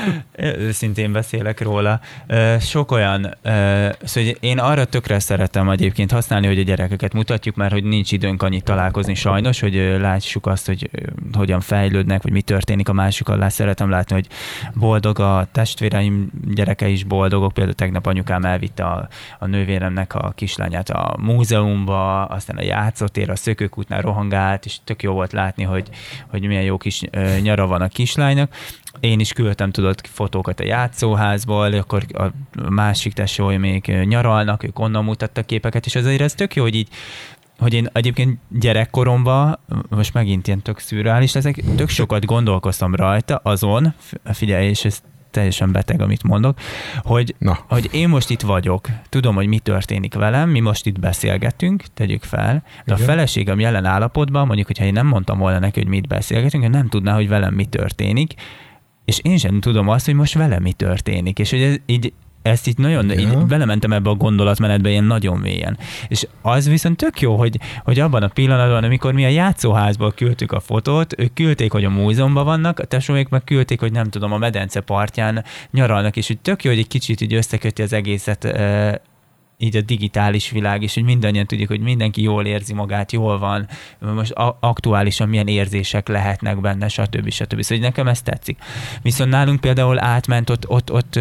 Őszintén beszélek róla. Sok olyan, szóval én arra tökre szeretem egyébként használni, hogy a gyerekeket mutatjuk, mert hogy nincs időnk annyit találkozni sajnos, hogy lássuk azt, hogy hogyan fejlődnek, vagy mi történik a másikkal. Szeretem látni, hogy boldog a testvéreim, gyereke is boldogok. Például tegnap anyukám elvitte a, a nővéremnek a kislányát a múzeumba, aztán a játszótér, a szökőkútnál rohangált, és tök jó volt látni, hogy, hogy milyen jó kis nyara van a kislánynak. Én is küldtem, tudod, fotókat a játszóházból, akkor a másik tesói még nyaralnak, ők onnan mutattak képeket, és azért ez tök jó, hogy így, hogy én egyébként gyerekkoromban, most megint ilyen tök szürreális leszek, tök sokat gondolkoztam rajta azon, figyelj, és ez teljesen beteg, amit mondok, hogy, hogy én most itt vagyok, tudom, hogy mi történik velem, mi most itt beszélgetünk, tegyük fel, de igen. A feleségem jelen állapotban, mondjuk, hogyha én nem mondtam volna neki, hogy mit beszélgetünk, nem tudná, hogy velem mi történik, és én sem tudom azt, hogy most velem mi történik. És hogy ez így, ezt így nagyon, ja. így belementem ebbe a gondolatmenetbe ilyen nagyon mélyen. És az viszont tök jó, hogy, hogy abban a pillanatban, amikor mi a játszóházból küldtük a fotót, ők küldték, hogy a múzeumban vannak, a tesómék meg küldték, hogy nem tudom, a medence partján nyaralnak, és hogy tök jó, hogy egy kicsit így összeköti az egészet, így a digitális világ, és hogy mindannyian tudjuk, hogy mindenki jól érzi magát, jól van, most aktuálisan milyen érzések lehetnek benne, stb. stb. Szóval nekem ez tetszik. Viszont nálunk például átment, ott, ott, ott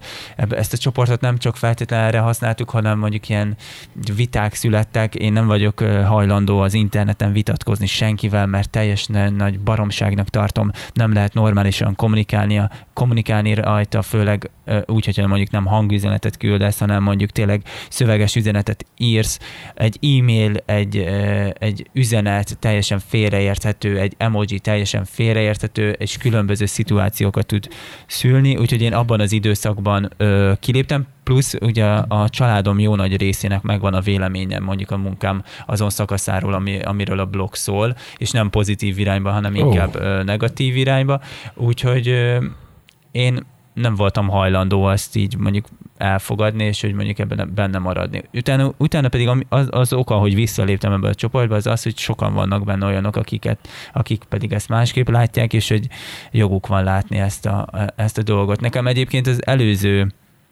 ezt a csoportot nem csak feltétlenül erre használtuk, hanem mondjuk ilyen viták születtek. Én nem vagyok hajlandó az interneten vitatkozni senkivel, mert teljesen nagy baromságnak tartom, nem lehet normálisan kommunikálni, kommunikálni rajta, főleg úgy, hogyha mondjuk nem hangüzenetet küldesz, hanem mondjuk tényleg szöveges üzenetet írsz, egy e-mail, egy, egy üzenet teljesen félreérthető, egy emoji teljesen félreérthető, és különböző szituációkat tud szülni, úgyhogy én abban az időszakban ö, kiléptem, plusz ugye a családom jó nagy részének megvan a véleményem, mondjuk a munkám azon szakaszáról, ami, amiről a blog szól, és nem pozitív irányba, hanem inkább oh. ö, negatív irányba, úgyhogy ö, én nem voltam hajlandó azt így mondjuk elfogadni, és hogy mondjuk ebben benne maradni. Utána, utána pedig az, az oka, hogy visszaléptem ebbe a csoportba, az az, hogy sokan vannak benne olyanok, akiket, akik pedig ezt másképp látják, és hogy joguk van látni ezt a, ezt a dolgot. Nekem egyébként az előző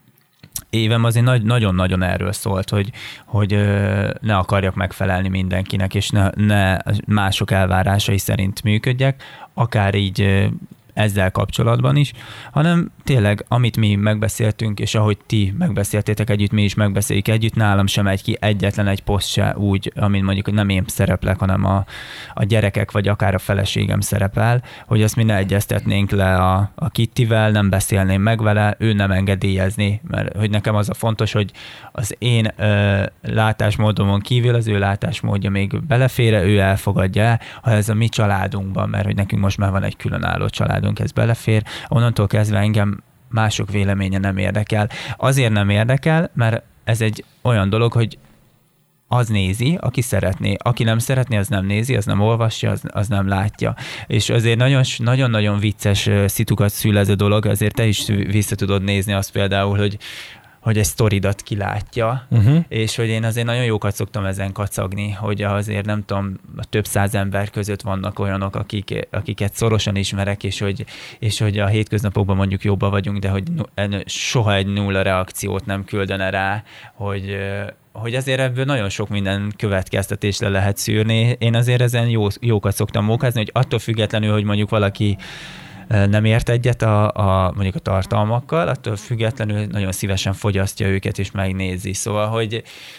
évem azért nagy, nagyon-nagyon erről szólt, hogy, hogy ne akarjak megfelelni mindenkinek, és ne, ne mások elvárásai szerint működjek, akár így ezzel kapcsolatban is, hanem tényleg, amit mi megbeszéltünk, és ahogy ti megbeszéltétek együtt, mi is megbeszéljük együtt, nálam sem megy ki egyetlen egy poszt se úgy, amin mondjuk nem én szereplek, hanem a, a gyerekek, vagy akár a feleségem szerepel, hogy azt mi ne egyeztetnénk le a, a Kittivel, nem beszélném meg vele, ő nem engedélyezni, mert hogy nekem az a fontos, hogy az én ö, látásmódomon kívül az ő látásmódja még belefér, ő elfogadja, ha ez a mi családunkban, mert hogy nekünk most már van egy különálló család, ez belefér, onnantól kezdve engem mások véleménye nem érdekel. Azért nem érdekel, mert ez egy olyan dolog, hogy az nézi, aki szeretné. Aki nem szeretné, az nem nézi, az nem olvassa, az, az nem látja. És azért nagyon, nagyon-nagyon vicces szitukat szül ez a dolog, azért te is vissza tudod nézni azt például, hogy hogy egy sztoridat kilátja, uh-huh. és hogy én azért nagyon jókat szoktam ezen kacagni, hogy azért nem tudom, több száz ember között vannak olyanok, akik, akiket szorosan ismerek, és hogy, és hogy a hétköznapokban mondjuk jobban vagyunk, de hogy soha egy nulla reakciót nem küldene rá, hogy, hogy azért ebből nagyon sok minden következtetést le lehet szűrni. Én azért ezen jó, jókat szoktam mókázni, hogy attól függetlenül, hogy mondjuk valaki nem ért egyet a, a, mondjuk a tartalmakkal, attól függetlenül nagyon szívesen fogyasztja őket és megnézi. Szóval, hogy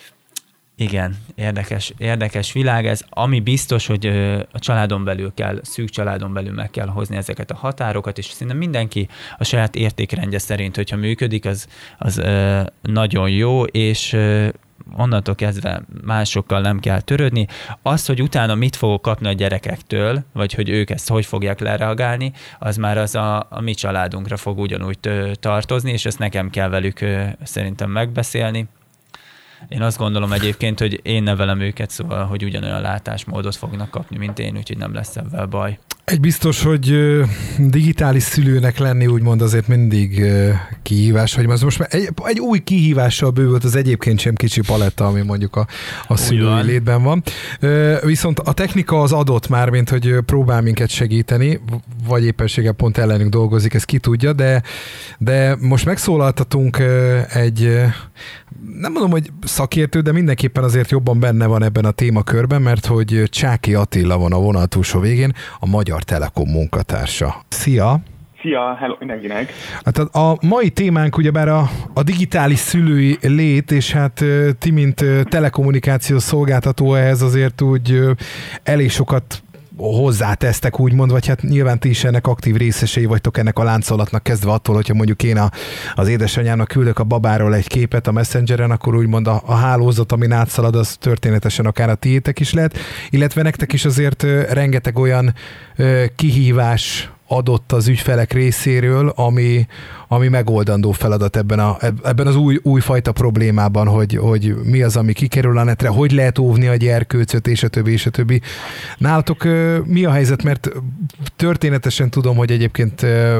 igen, érdekes, érdekes világ ez. Ami biztos, hogy a családon belül kell, szűk családon belül meg kell hozni ezeket a határokat, és szerintem mindenki a saját értékrendje szerint, hogyha működik, az, az nagyon jó, és onnantól kezdve másokkal nem kell törődni. Az, hogy utána mit fogok kapni a gyerekektől, vagy hogy ők ezt hogy fogják lereagálni, az már az a, a mi családunkra fog ugyanúgy tartozni, és ezt nekem kell velük szerintem megbeszélni. Én azt gondolom egyébként, hogy én nevelem őket, szóval, hogy ugyanolyan látásmódot fognak kapni, mint én, úgyhogy nem lesz ebben baj. Egy biztos, hogy digitális szülőnek lenni úgymond azért mindig kihívás, hogy az most már egy, egy új kihívással bővült az egyébként sem kicsi paletta, ami mondjuk a, a szülői létben van. Viszont a technika az adott már, mint hogy próbál minket segíteni, vagy éppenséggel pont ellenünk dolgozik, ez ki tudja, de, de most megszólaltatunk egy, nem mondom, hogy szakértő, de mindenképpen azért jobban benne van ebben a témakörben, mert hogy Csáky Attila van a vonal túlsó végén, a Magyar Telekom munkatársa. Szia! Szia, hello mindenkinek! Hát a, a mai témánk ugyebár a, a digitális szülői lét, és hát ti, mint telekommunikációs szolgáltató ehhez azért úgy elég sokat hozzátesztek úgymond, vagy hát nyilván ti is ennek aktív részesei vagytok ennek a láncolatnak, kezdve attól, hogyha mondjuk én a, az édesanyámnak küldök a babáról egy képet a Messengeren, akkor úgymond a, a hálózat, amin átszalad, az történetesen akár a tiétek is lehet, illetve nektek is azért rengeteg olyan kihívás adott az ügyfelek részéről, ami, ami megoldandó feladat ebben, a, ebben az új, újfajta problémában, hogy, hogy mi az, ami kikerül a netre, hogy lehet óvni a gyerkőcöt, és a többi, és a többi. Nálatok mi a helyzet? Mert történetesen tudom, hogy egyébként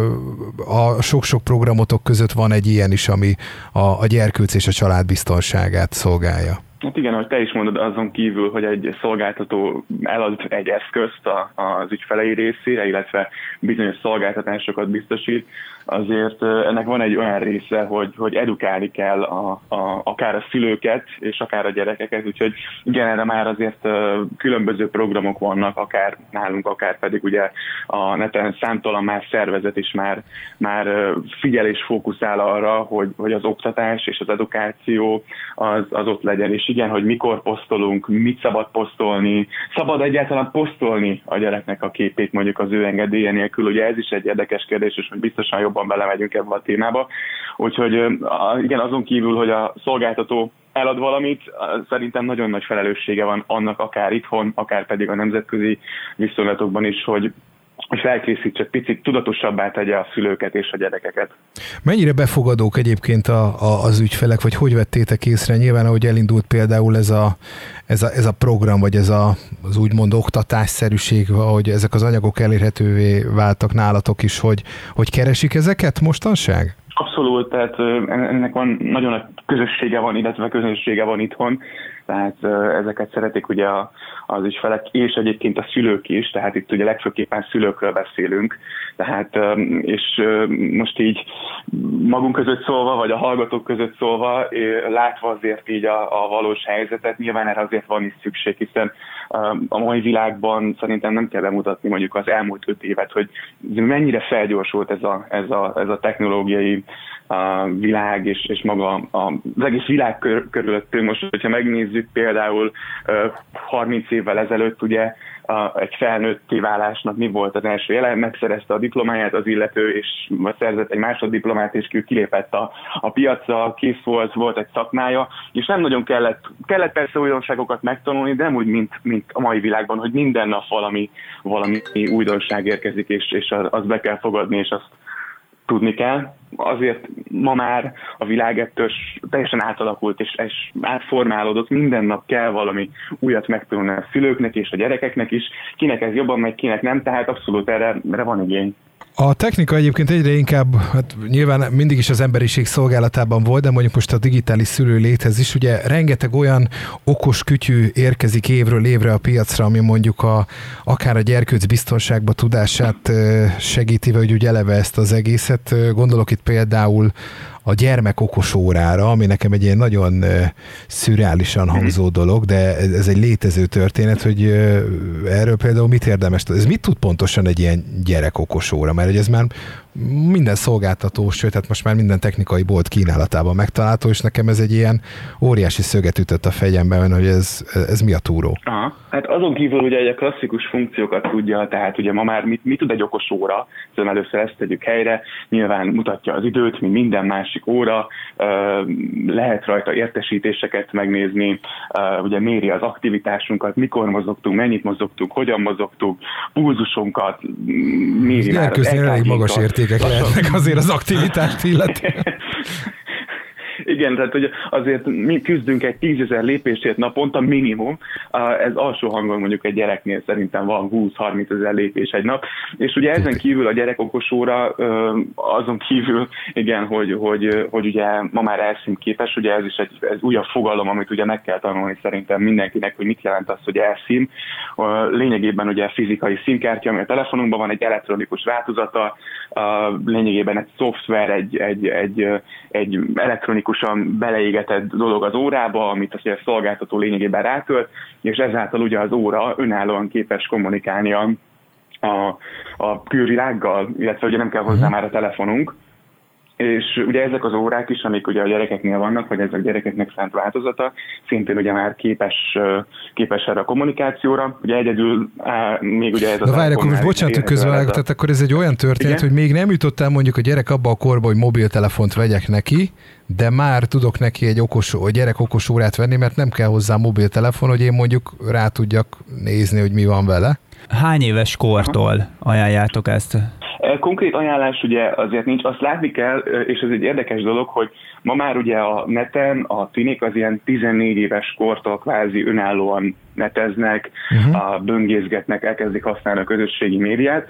a sok-sok programotok között van egy ilyen is, ami a, a gyerkőc és a család biztonságát szolgálja. Hát igen, ahogy te is mondod, azon kívül, hogy egy szolgáltató elad egy eszközt az ügyfelei részére, illetve bizonyos szolgáltatásokat biztosít, azért ennek van egy olyan része, hogy, hogy edukálni kell a, a, akár a szülőket, és akár a gyerekeket, úgyhogy igen, erre már azért különböző programok vannak, akár nálunk, akár pedig ugye a neten számtalan más szervezet is már, már figyel és fókuszál arra, hogy, hogy az oktatás és az edukáció az, az ott legyen, és igen, hogy mikor posztolunk, mit szabad posztolni, szabad egyáltalán posztolni a gyereknek a képét mondjuk az ő engedélye nélkül, ugye ez is egy érdekes kérdés, és hogy biztosan jobban belemegyünk ebbe a témába. Úgyhogy igen, azon kívül, hogy a szolgáltató elad valamit, szerintem nagyon nagy felelőssége van annak akár itthon, akár pedig a nemzetközi viszonylatokban is, hogy és felkészítse, picit tudatosabbá tegye a szülőket és a gyerekeket. Mennyire befogadók egyébként a, a, az ügyfelek, vagy hogy vettétek észre? Nyilván, ahogy elindult például ez a, ez a, ez a program, vagy ez a, az úgymond oktatásszerűség, hogy ezek az anyagok elérhetővé váltak nálatok is, hogy, hogy keresik ezeket mostanság? Abszolút, tehát ennek van nagyon nagy közössége van, illetve közönsége van itthon, tehát ezeket szeretik ugye az ügyfelek, és egyébként a szülők is, tehát itt ugye legfőképpen szülőkről beszélünk, tehát és most így magunk között szólva, vagy a hallgatók között szólva, látva azért így a, a valós helyzetet, nyilván erre azért van is szükség, hiszen a mai világban szerintem nem kell bemutatni mondjuk az elmúlt öt évet, hogy mennyire felgyorsult ez a, ez a, ez a technológiai a világ, és, és maga a, az egész világ kör, körülöttünk. Most, hogyha megnézzük például harminc évvel ezelőtt, ugye a, egy felnőtté válásnak mi volt az első jele, megszerezte a diplomáját az illető, és szerzett egy másoddiplomát, és kilépett a, a piacra, kész volt, volt egy szakmája, és nem nagyon kellett, kellett persze újdonságokat megtanulni, de nem úgy, mint, mint a mai világban, hogy minden nap valami, valami újdonság érkezik, és, és azt be kell fogadni, és azt tudni kell. Azért ma már a világ ettől teljesen átalakult, és, és átformálódott. Minden nap kell valami újat megtanulni a szülőknek és a gyerekeknek is. Kinek ez jobban megy, kinek nem, tehát abszolút erre, erre van igény. A technika egyébként egyre inkább, hát nyilván mindig is az emberiség szolgálatában volt, de mondjuk most a digitális szülő léthez is, ugye rengeteg olyan okos kütyű érkezik évről évre a piacra, ami mondjuk a, akár a gyerkőc biztonságba tudását segíti, vagy úgy eleve ezt az egészet. Gondolok itt például a gyermek okos órára, ami nekem egy ilyen nagyon szürreálisan hangzó dolog, de ez egy létező történet, hogy erről például mit érdemes, ez mit tud pontosan egy ilyen gyerek okos óra, mert ez már minden szolgáltató, sőt, hát most már minden technikai bolt kínálatában megtalálható, és nekem ez egy ilyen óriási szöget ütött a fejemben, hogy ez, ez mi a túró. Aha. Hát azon kívül ugye egy klasszikus funkciókat tudja, tehát ugye ma már mit, mit tud egy okos óra, szóval először ezt tegyük helyre, nyilván mutatja az időt, mint minden másik óra, lehet rajta értesítéseket megnézni, ugye méri az aktivitásunkat, mikor mozogtunk, mennyit mozogtunk, hogyan mozogtunk, pulzusunkat, méri már az elég magas értékek lehetnek azért az aktivitást illetve. Igen, tehát hogy azért mi küzdünk egy tízezer lépésért naponta minimum, ez alsó hangon mondjuk egy gyereknél szerintem van húsz-harminc ezer lépés egy nap, és ugye ezen kívül a gyerek okosóra azon kívül, igen, hogy, hogy, hogy ugye ma már elszínképes, ugye ez is egy ez újabb fogalom, amit ugye meg kell tanulni szerintem mindenkinek, hogy mit jelent az, hogy elszín. Lényegében ugye fizikai színkártya, ami a telefonunkban van, egy elektronikus változata, lényegében egy szoftver, egy, egy, egy, egy elektronikusan beleégetett dolog az órába, amit az a szolgáltató lényegében rátölt, és ezáltal ugye az óra önállóan képes kommunikálni a, a, a külvilággal, illetve ugye nem kell hozzá már a telefonunk. És ugye ezek az órák is, amik ugye a gyerekeknél vannak, vagy ezek a gyerekeknek szánt változata, szintén ugye már képes, képes erre a kommunikációra. Ugye egyedül á, még ugye ez az... Na várj, akkor most bocsánat, hogy közbevágok, tehát akkor ez egy olyan történet, igen? Hogy még nem jutottál mondjuk a gyerek abba a korba, hogy mobiltelefont vegyek neki, de már tudok neki egy okos, a gyerek okos órát venni, mert nem kell hozzá mobiltelefon, hogy én mondjuk rá tudjak nézni, hogy mi van vele. Hány éves kortól ajánljátok ezt? Konkrét ajánlás ugye azért nincs, azt látni kell, és ez egy érdekes dolog, hogy ma már ugye a neten a tinék az ilyen tizennégy éves kortól kvázi önállóan neteznek, uh-huh. böngészgetnek, elkezdik használni a közösségi médiát.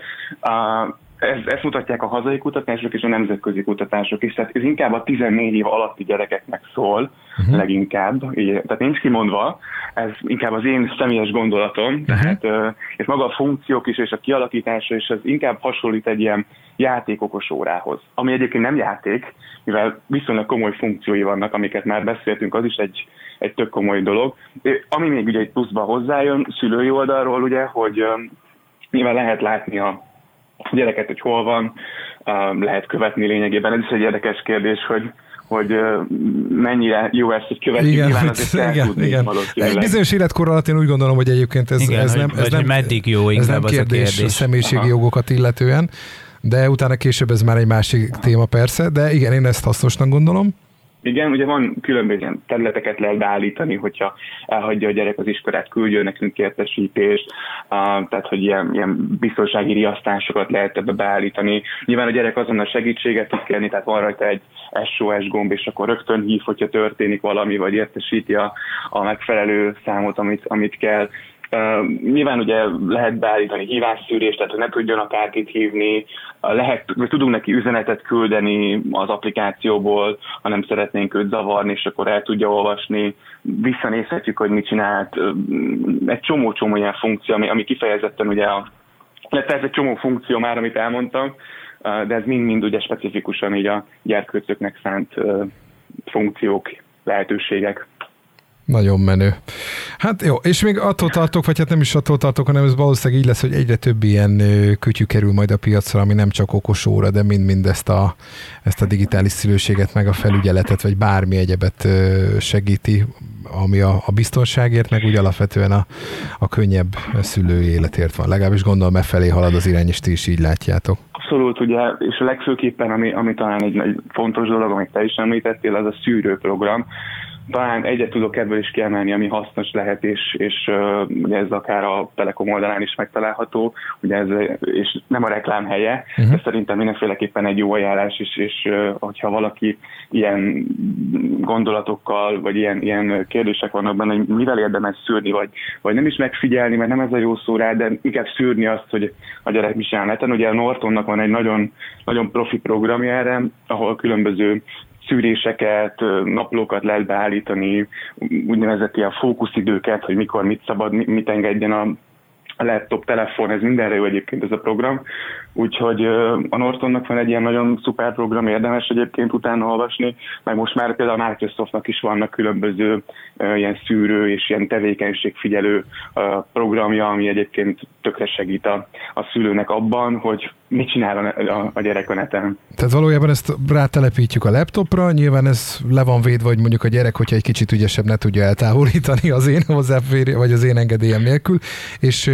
Ez, ezt mutatják a hazai kutatások és a nemzetközi kutatások is, tehát ez inkább a tizennégy év alatti gyerekeknek szól, uh-huh. leginkább, így, tehát nincs kimondva, ez inkább az én személyes gondolatom, uh-huh. tehát, és maga a funkciók is és a kialakítása is, ez inkább hasonlít egy ilyen játékokos órához, ami egyébként nem játék, mivel viszonylag komoly funkciói vannak, amiket már beszéltünk, az is egy, egy tök komoly dolog. Ami még ugye egy pluszba hozzájön szülői oldalról, ugye, hogy nyilván lehet látni a gyereket, hogy hol van, lehet követni lényegében. Ez is egy érdekes kérdés, hogy, hogy mennyire jó ezt, hogy követjük. Igen, nyilván azért igen, tudni, igen. Egy bizonyos életkor alatt én úgy gondolom, hogy egyébként ez, igen, ez nem, ez nem, meddig jó, ez nem kérdés, kérdés a személyiségi Aha. jogokat illetően, de utána később ez már egy másik téma persze, de igen, én ezt hasznosnak gondolom. Igen, ugye van különböző területeket lehet beállítani, hogyha elhagyja a gyerek az iskolát, küldjön nekünk értesítést, tehát hogy ilyen, ilyen biztonsági riasztásokat lehet ebbe beállítani. Nyilván a gyerek azonnal segítséget tud kérni, tehát van rajta egy es o es gomb, és akkor rögtön hív, hogyha történik valami, vagy értesíti a, a megfelelő számot, amit, amit kell. Uh, nyilván ugye lehet beállítani hívásszűrést, tehát hogy ne tudjon akárkit hívni, uh, lehet, tudunk neki üzenetet küldeni az applikációból, ha nem szeretnénk őt zavarni, és akkor el tudja olvasni, visszanézhetjük, hogy mit csinált, uh, egy csomó-csomó ilyen funkció, ami, ami kifejezetten ugye a, lehet ez egy csomó funkció már, amit elmondtam, uh, de ez mind-mind ugye specifikusan így a gyerkőcöknek szánt uh, funkciók, lehetőségek. Nagyon menő. Hát jó, és még attól tartok, vagy hát nem is attól tartok, hanem ez valószínűleg így lesz, hogy egyre több ilyen kütyű kerül majd a piacra, ami nem csak okos óra, de mind-mind ezt a, ezt a digitális szülőséget, meg a felügyeletet, vagy bármi egyebet segíti, ami a, a biztonságért, meg úgy alapvetően a, a könnyebb szülői életért van. Legalábbis gondolom, e felé halad az irány, és ti is így látjátok. Abszolút, ugye, és a legfőképpen, ami, ami talán egy, egy fontos dolog, amit te is említettél, az a szűrőprogram. Talán egyet tudok ebből is kiemelni, ami hasznos lehet, és, és uh, ugye ez akár a Telekom oldalán is megtalálható, ugye ez, és nem a reklám helye, uh-huh. de szerintem mindenféleképpen egy jó ajánlás is, és uh, hogyha valaki ilyen gondolatokkal, vagy ilyen, ilyen kérdések vannak benne, hogy mivel érdemes szűrni, vagy, vagy nem is megfigyelni, mert nem ez a jó szó rá, de inkább szűrni azt, hogy a gyerek mi csinál neten. Ugye a Nortonnak van egy nagyon, nagyon profi programja erre, ahol különböző szűréseket, naplókat lehet beállítani, úgynevezett ilyen fókuszidőket, hogy mikor mit szabad, mit engedjen a a laptop, telefon, ez mindenre jó egyébként ez a program. Úgyhogy a Nortonnak van egy ilyen nagyon szuper program, érdemes egyébként utána olvasni, meg most már például a Microsoftnak is vannak különböző uh, ilyen szűrő és ilyen tevékenységfigyelő uh, programja, ami egyébként tökre segít a, a szülőnek abban, hogy mit csinál a, a, a gyerek a neten. Tehát valójában ezt rátelepítjük a laptopra, nyilván ez le van védve, hogy mondjuk a gyerek, hogyha egy kicsit ügyesebb, ne tudja eltávolítani az én hozzáférő, vagy az én engedélyem nélkül, és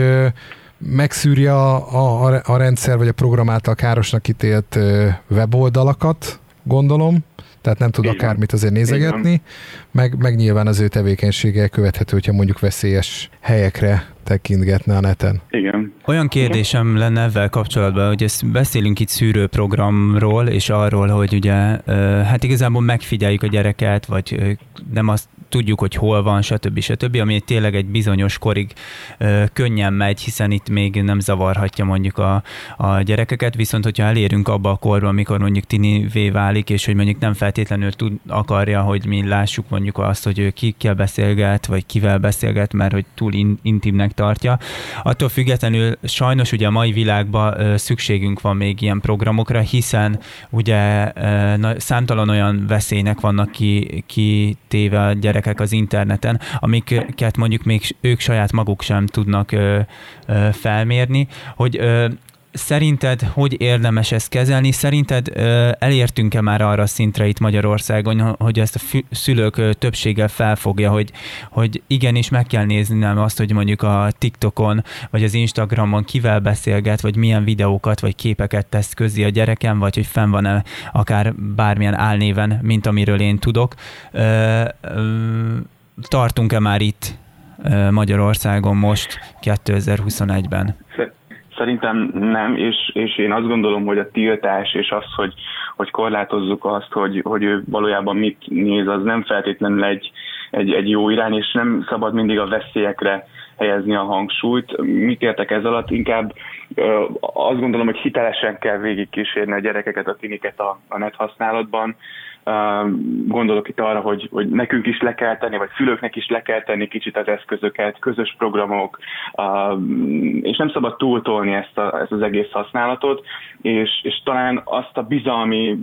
megszűri a, a, a rendszer, vagy a program által károsnak ítélt weboldalakat, gondolom, tehát nem tud Igen. akármit azért nézegetni, meg, meg nyilván az ő tevékenysége követhető, hogyha mondjuk veszélyes helyekre tekintgetne a neten. Igen. Olyan kérdésem lenne ezzel kapcsolatban, hogy ezt beszélünk itt szűrőprogramról, és arról, hogy ugye, hát igazából megfigyeljük a gyereket, vagy nem azt tudjuk, hogy hol van, stb. stb., ami tényleg egy bizonyos korig ö, könnyen megy, hiszen itt még nem zavarhatja mondjuk a, a gyerekeket, viszont hogyha elérünk abba a korba, amikor mondjuk tinivé válik, és hogy mondjuk nem feltétlenül tud, akarja, hogy mi lássuk mondjuk azt, hogy ő kikkel beszélget, vagy kivel beszélget, mert hogy túl in, intimnek tartja. Attól függetlenül sajnos ugye a mai világban ö, szükségünk van még ilyen programokra, hiszen ugye ö, na, számtalan olyan veszélynek vannak ki, kitéve a gyerek az interneten, amiket mondjuk még ők saját maguk sem tudnak ö, ö, felmérni, hogy ö, szerinted hogy érdemes ezt kezelni? Szerinted ö, elértünk-e már arra a szintre itt Magyarországon, hogy ezt a fü- szülők ö, többséggel felfogja, hogy, hogy igenis meg kell nézni nem azt, hogy mondjuk a TikTokon vagy az Instagramon kivel beszélget, vagy milyen videókat vagy képeket tesz közzé a gyerekem, vagy hogy fenn van-e akár bármilyen álnéven, mint amiről én tudok. Ö, ö, tartunk-e már itt ö, Magyarországon most kétezer-huszonegyben? Szerintem nem, és, és én azt gondolom, hogy a tiltás és az, hogy, hogy korlátozzuk azt, hogy, hogy ő valójában mit néz, az nem feltétlenül egy, egy, egy jó irány, és nem szabad mindig a veszélyekre helyezni a hangsúlyt. Mit értek ez alatt? Inkább ö, azt gondolom, hogy hitelesen kell végigkísérni a gyerekeket, a tiniket a, a net használatban. Uh, gondolok itt arra, hogy, hogy nekünk is le kell tenni, vagy szülőknek is le kell tenni kicsit az eszközöket, közös programok, uh, és nem szabad túltolni ezt, a, ezt az egész használatot, és, és talán azt a bizalmi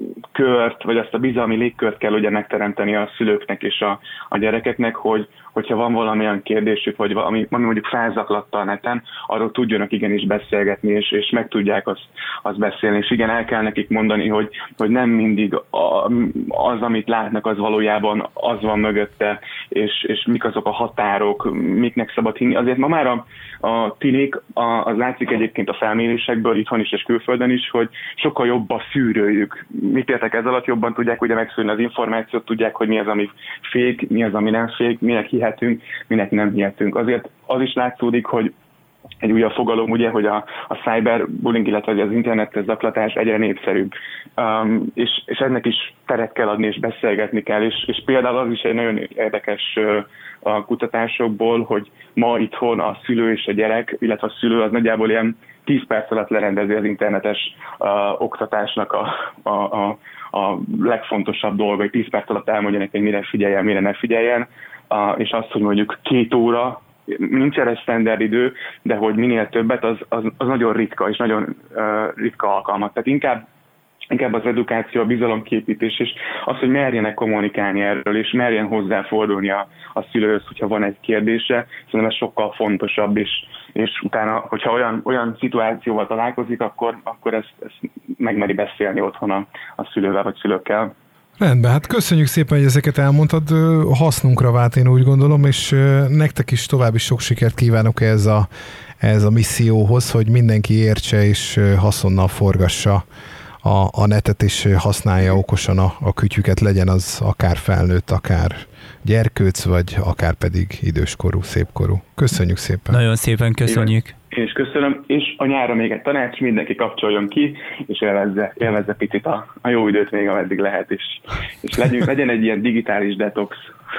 kört, vagy azt a bizalmi légkört kell ugye megteremteni a szülőknek és a, a gyerekeknek, hogy hogyha van valamilyen kérdésük, vagy valami, ami mondjuk felzaklatta a neten, arról tudjanak igenis beszélgetni, és, és meg tudják azt, azt beszélni. És igen, el kell nekik mondani, hogy, hogy nem mindig a, az, amit látnak, az valójában az van mögötte, és, és mik azok a határok, miknek szabad hinni. Azért ma már a, a tinik, a, az látszik egyébként a felmérésekből, itthon is és külföldön is, hogy sokkal jobb a szűrőjük. Mit értek ez alatt? Jobban tudják ugye megszűrni az információt, tudják, hogy mi az, ami fake, mi az, ami nem fake, minek hihetünk, minek nem hihetünk. Azért az is látszódik, hogy egy újabb fogalom, ugye, hogy a, a cyberbullying, illetve az internetes zaklatás egyre népszerűbb. Um, és, és ennek is teret kell adni, és beszélgetni kell. És, és például az is egy nagyon érdekes uh, a kutatásokból, hogy ma itthon a szülő és a gyerek, illetve a szülő az nagyjából ilyen tíz perc alatt lerendezi az internetes uh, oktatásnak a, a, a, a legfontosabb dolgai. tíz perc alatt elmondja neki, hogy mire figyeljen, mire ne figyeljen. Uh, és azt, hogy mondjuk két óra, nincs erre standard idő, de hogy minél többet, az, az, az nagyon ritka, és nagyon uh, ritka alkalmat. Tehát inkább, inkább az edukáció, a bizalomképítés, és az, hogy merjenek kommunikálni erről, és merjen hozzáfordulni a, a szülőhöz, hogyha van egy kérdése, szerintem ez sokkal fontosabb, és, és utána, hogyha olyan, olyan szituációval találkozik, akkor, akkor ezt, ezt megmeri beszélni otthon a, a szülővel vagy szülőkkel. Rendben, hát köszönjük szépen, hogy ezeket elmondtad, hasznunkra vált, én úgy gondolom, és nektek is további sok sikert kívánok ez a, ez a misszióhoz, hogy mindenki értse és haszonnal forgassa a, a netet, és használja okosan a, a kütyüket, legyen az akár felnőtt, akár gyerkőc, vagy akár pedig időskorú, szépkorú. Köszönjük szépen. Nagyon szépen köszönjük. Én is köszönöm, és a nyára még egy tanács, mindenki kapcsoljon ki, és élvezze, élvezze picit a, a jó időt még, ameddig lehet, és, és legyen, legyen egy ilyen digitális detox.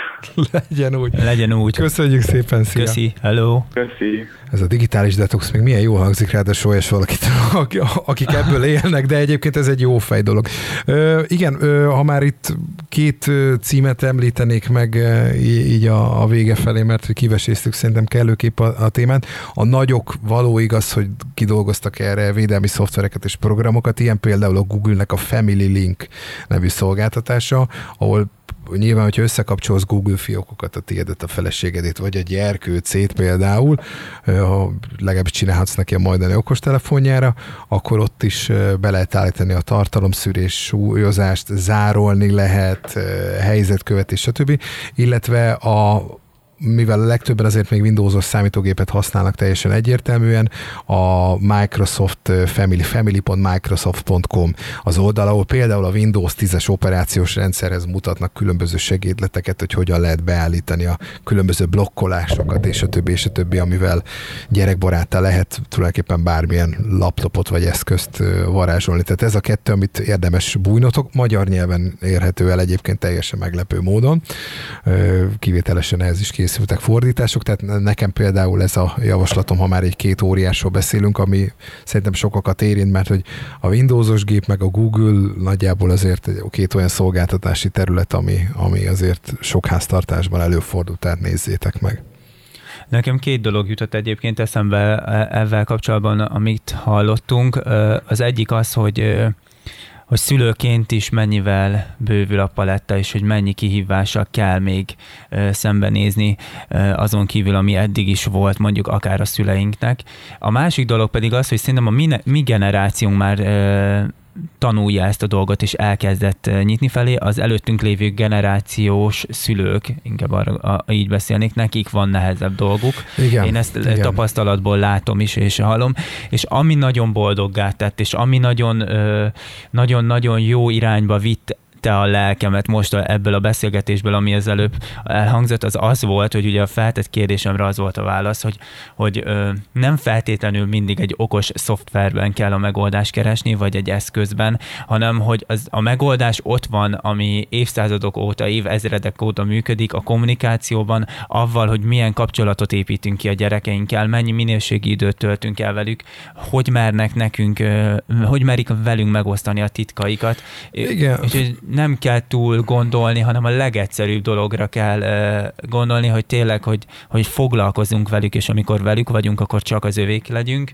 Legyen úgy. Legyen úgy. Köszönjük szépen, szia. Köszi, hello. Köszi. Ez a digitális detox még milyen jól hangzik, ráadásul olyas valakit, akik ebből élnek, de egyébként ez egy jó fej dolog. Ö, igen, ö, ha már itt két címet említenék meg így a, a vége felé, mert hogy kiveséztük szerintem kellőképp a, a témát. A nagyok való igaz, hogy kidolgoztak erre védelmi szoftvereket és programokat, ilyen például a Google-nek a Family Link nevű szolgáltatása, ahol nyilván, hogyha összekapcsolsz Google fiókokat, a tiédet, a feleségedét, vagy egy gyerkőcét például, ha legalábbis csinálhatsz neki a majdani okostelefonjára, akkor ott is be lehet állítani a tartalomszűrés, súlyozást, zárolni lehet, helyzetkövetés, stb. Illetve a mivel a legtöbben azért még Windowsos számítógépet használnak teljesen egyértelműen, a Microsoft Family, family pont microsoft pont com az oldal, ahol például a Windows tízes operációs rendszerhez mutatnak különböző segédleteket, hogy hogyan lehet beállítani a különböző blokkolásokat, és a többi, és a többi, amivel gyerekbaráttá lehet tulajdonképpen bármilyen laptopot vagy eszközt varázsolni. Tehát ez a kettő, amit érdemes bújnotok, magyar nyelven érhető el egyébként teljesen meglepő módon. Kivételesen ehhez is készültek fordítások, tehát nekem például ez a javaslatom, ha már egy két óriásról beszélünk, ami szerintem sokakat érint, mert hogy a Windowsos gép meg a Google nagyjából azért két olyan szolgáltatási terület, ami, ami azért sok háztartásban előfordul, tehát nézzétek meg. Nekem két dolog jutott egyébként eszembe ezzel kapcsolatban, amit hallottunk. Az egyik az, hogy hogy szülőként is mennyivel bővül a paletta, és hogy mennyi kihívással kell még szembenézni azon kívül, ami eddig is volt, mondjuk akár a szüleinknek. A másik dolog pedig az, hogy szerintem a mi, mi generációnk már tanulja ezt a dolgot, és elkezdett nyitni felé. Az előttünk lévő generációs szülők, inkább arra, a, így beszélnék, nekik van nehezebb dolguk. Igen, Én ezt igen. tapasztalatból látom is, és hallom. És ami nagyon boldoggá tett, és ami nagyon-nagyon jó irányba vitt te a lelkemet most ebből a beszélgetésből, ami az előbb elhangzott, az az volt, hogy ugye a feltett kérdésemre az volt a válasz, hogy, hogy ö, nem feltétlenül mindig egy okos szoftverben kell a megoldást keresni, vagy egy eszközben, hanem hogy az, a megoldás ott van, ami évszázadok óta, évezredek óta működik a kommunikációban, avval, hogy milyen kapcsolatot építünk ki a gyerekeinkkel, mennyi minőségi időt töltünk el velük, hogy mernek nekünk, ö, hogy merik velünk megosztani a titkaikat. Igen. És nem kell túl gondolni, hanem a legegyszerűbb dologra kell uh, gondolni, hogy tényleg, hogy, hogy foglalkozunk velük, és amikor velük vagyunk, akkor csak az övék legyünk.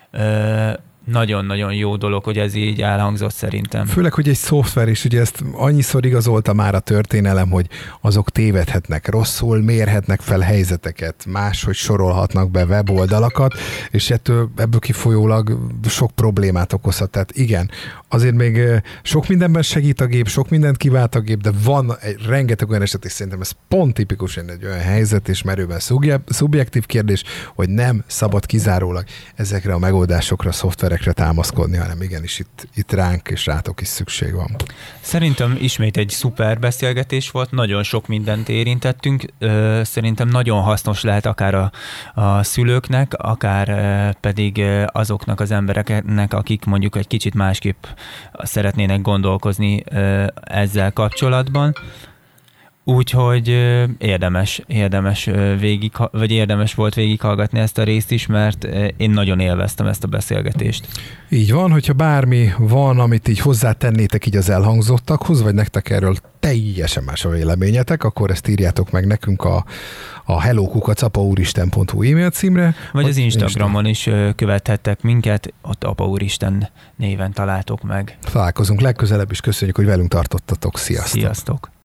Uh, Nagyon-nagyon jó dolog, hogy ez így elhangzott szerintem. Főleg, hogy egy szoftver, és ugye ezt annyiszor igazolta már a történelem, hogy azok tévedhetnek rosszul, mérhetnek fel helyzeteket, máshogy sorolhatnak be weboldalakat, és ettől, ebből kifolyólag sok problémát okozhat. Tehát igen, azért még sok mindenben segít a gép, sok mindent kivált a gép, de van egy rengeteg olyan eset, és szerintem ez pont tipikusan egy olyan helyzet, és merőben szubjektív kérdés, hogy nem szabad kizárólag ezekre a megoldásokra, a szoftverekre támaszkodni, hanem igenis itt, itt ránk és rátok is szükség van. Szerintem ismét egy szuper beszélgetés volt, nagyon sok mindent érintettünk, szerintem nagyon hasznos lehet akár a, a szülőknek, akár pedig azoknak az embereknek, akik mondjuk egy kicsit másképp szeretnének gondolkozni ezzel kapcsolatban. Úgyhogy érdemes, érdemes végig, vagy érdemes volt végighallgatni ezt a részt is, mert én nagyon élveztem ezt a beszélgetést. Így van, hogyha bármi van, amit így hozzátennétek így az elhangzottakhoz, vagy nektek erről teljesen más a véleményetek, akkor ezt írjátok meg nekünk a, a hello kukac apaúristen pont hu e-mail címre. Vagy az Instagramon is követhettek minket, ott Apaúristen néven találtok meg. Találkozunk legközelebb, és köszönjük, hogy velünk tartottatok. Sziasztok! Sziasztok!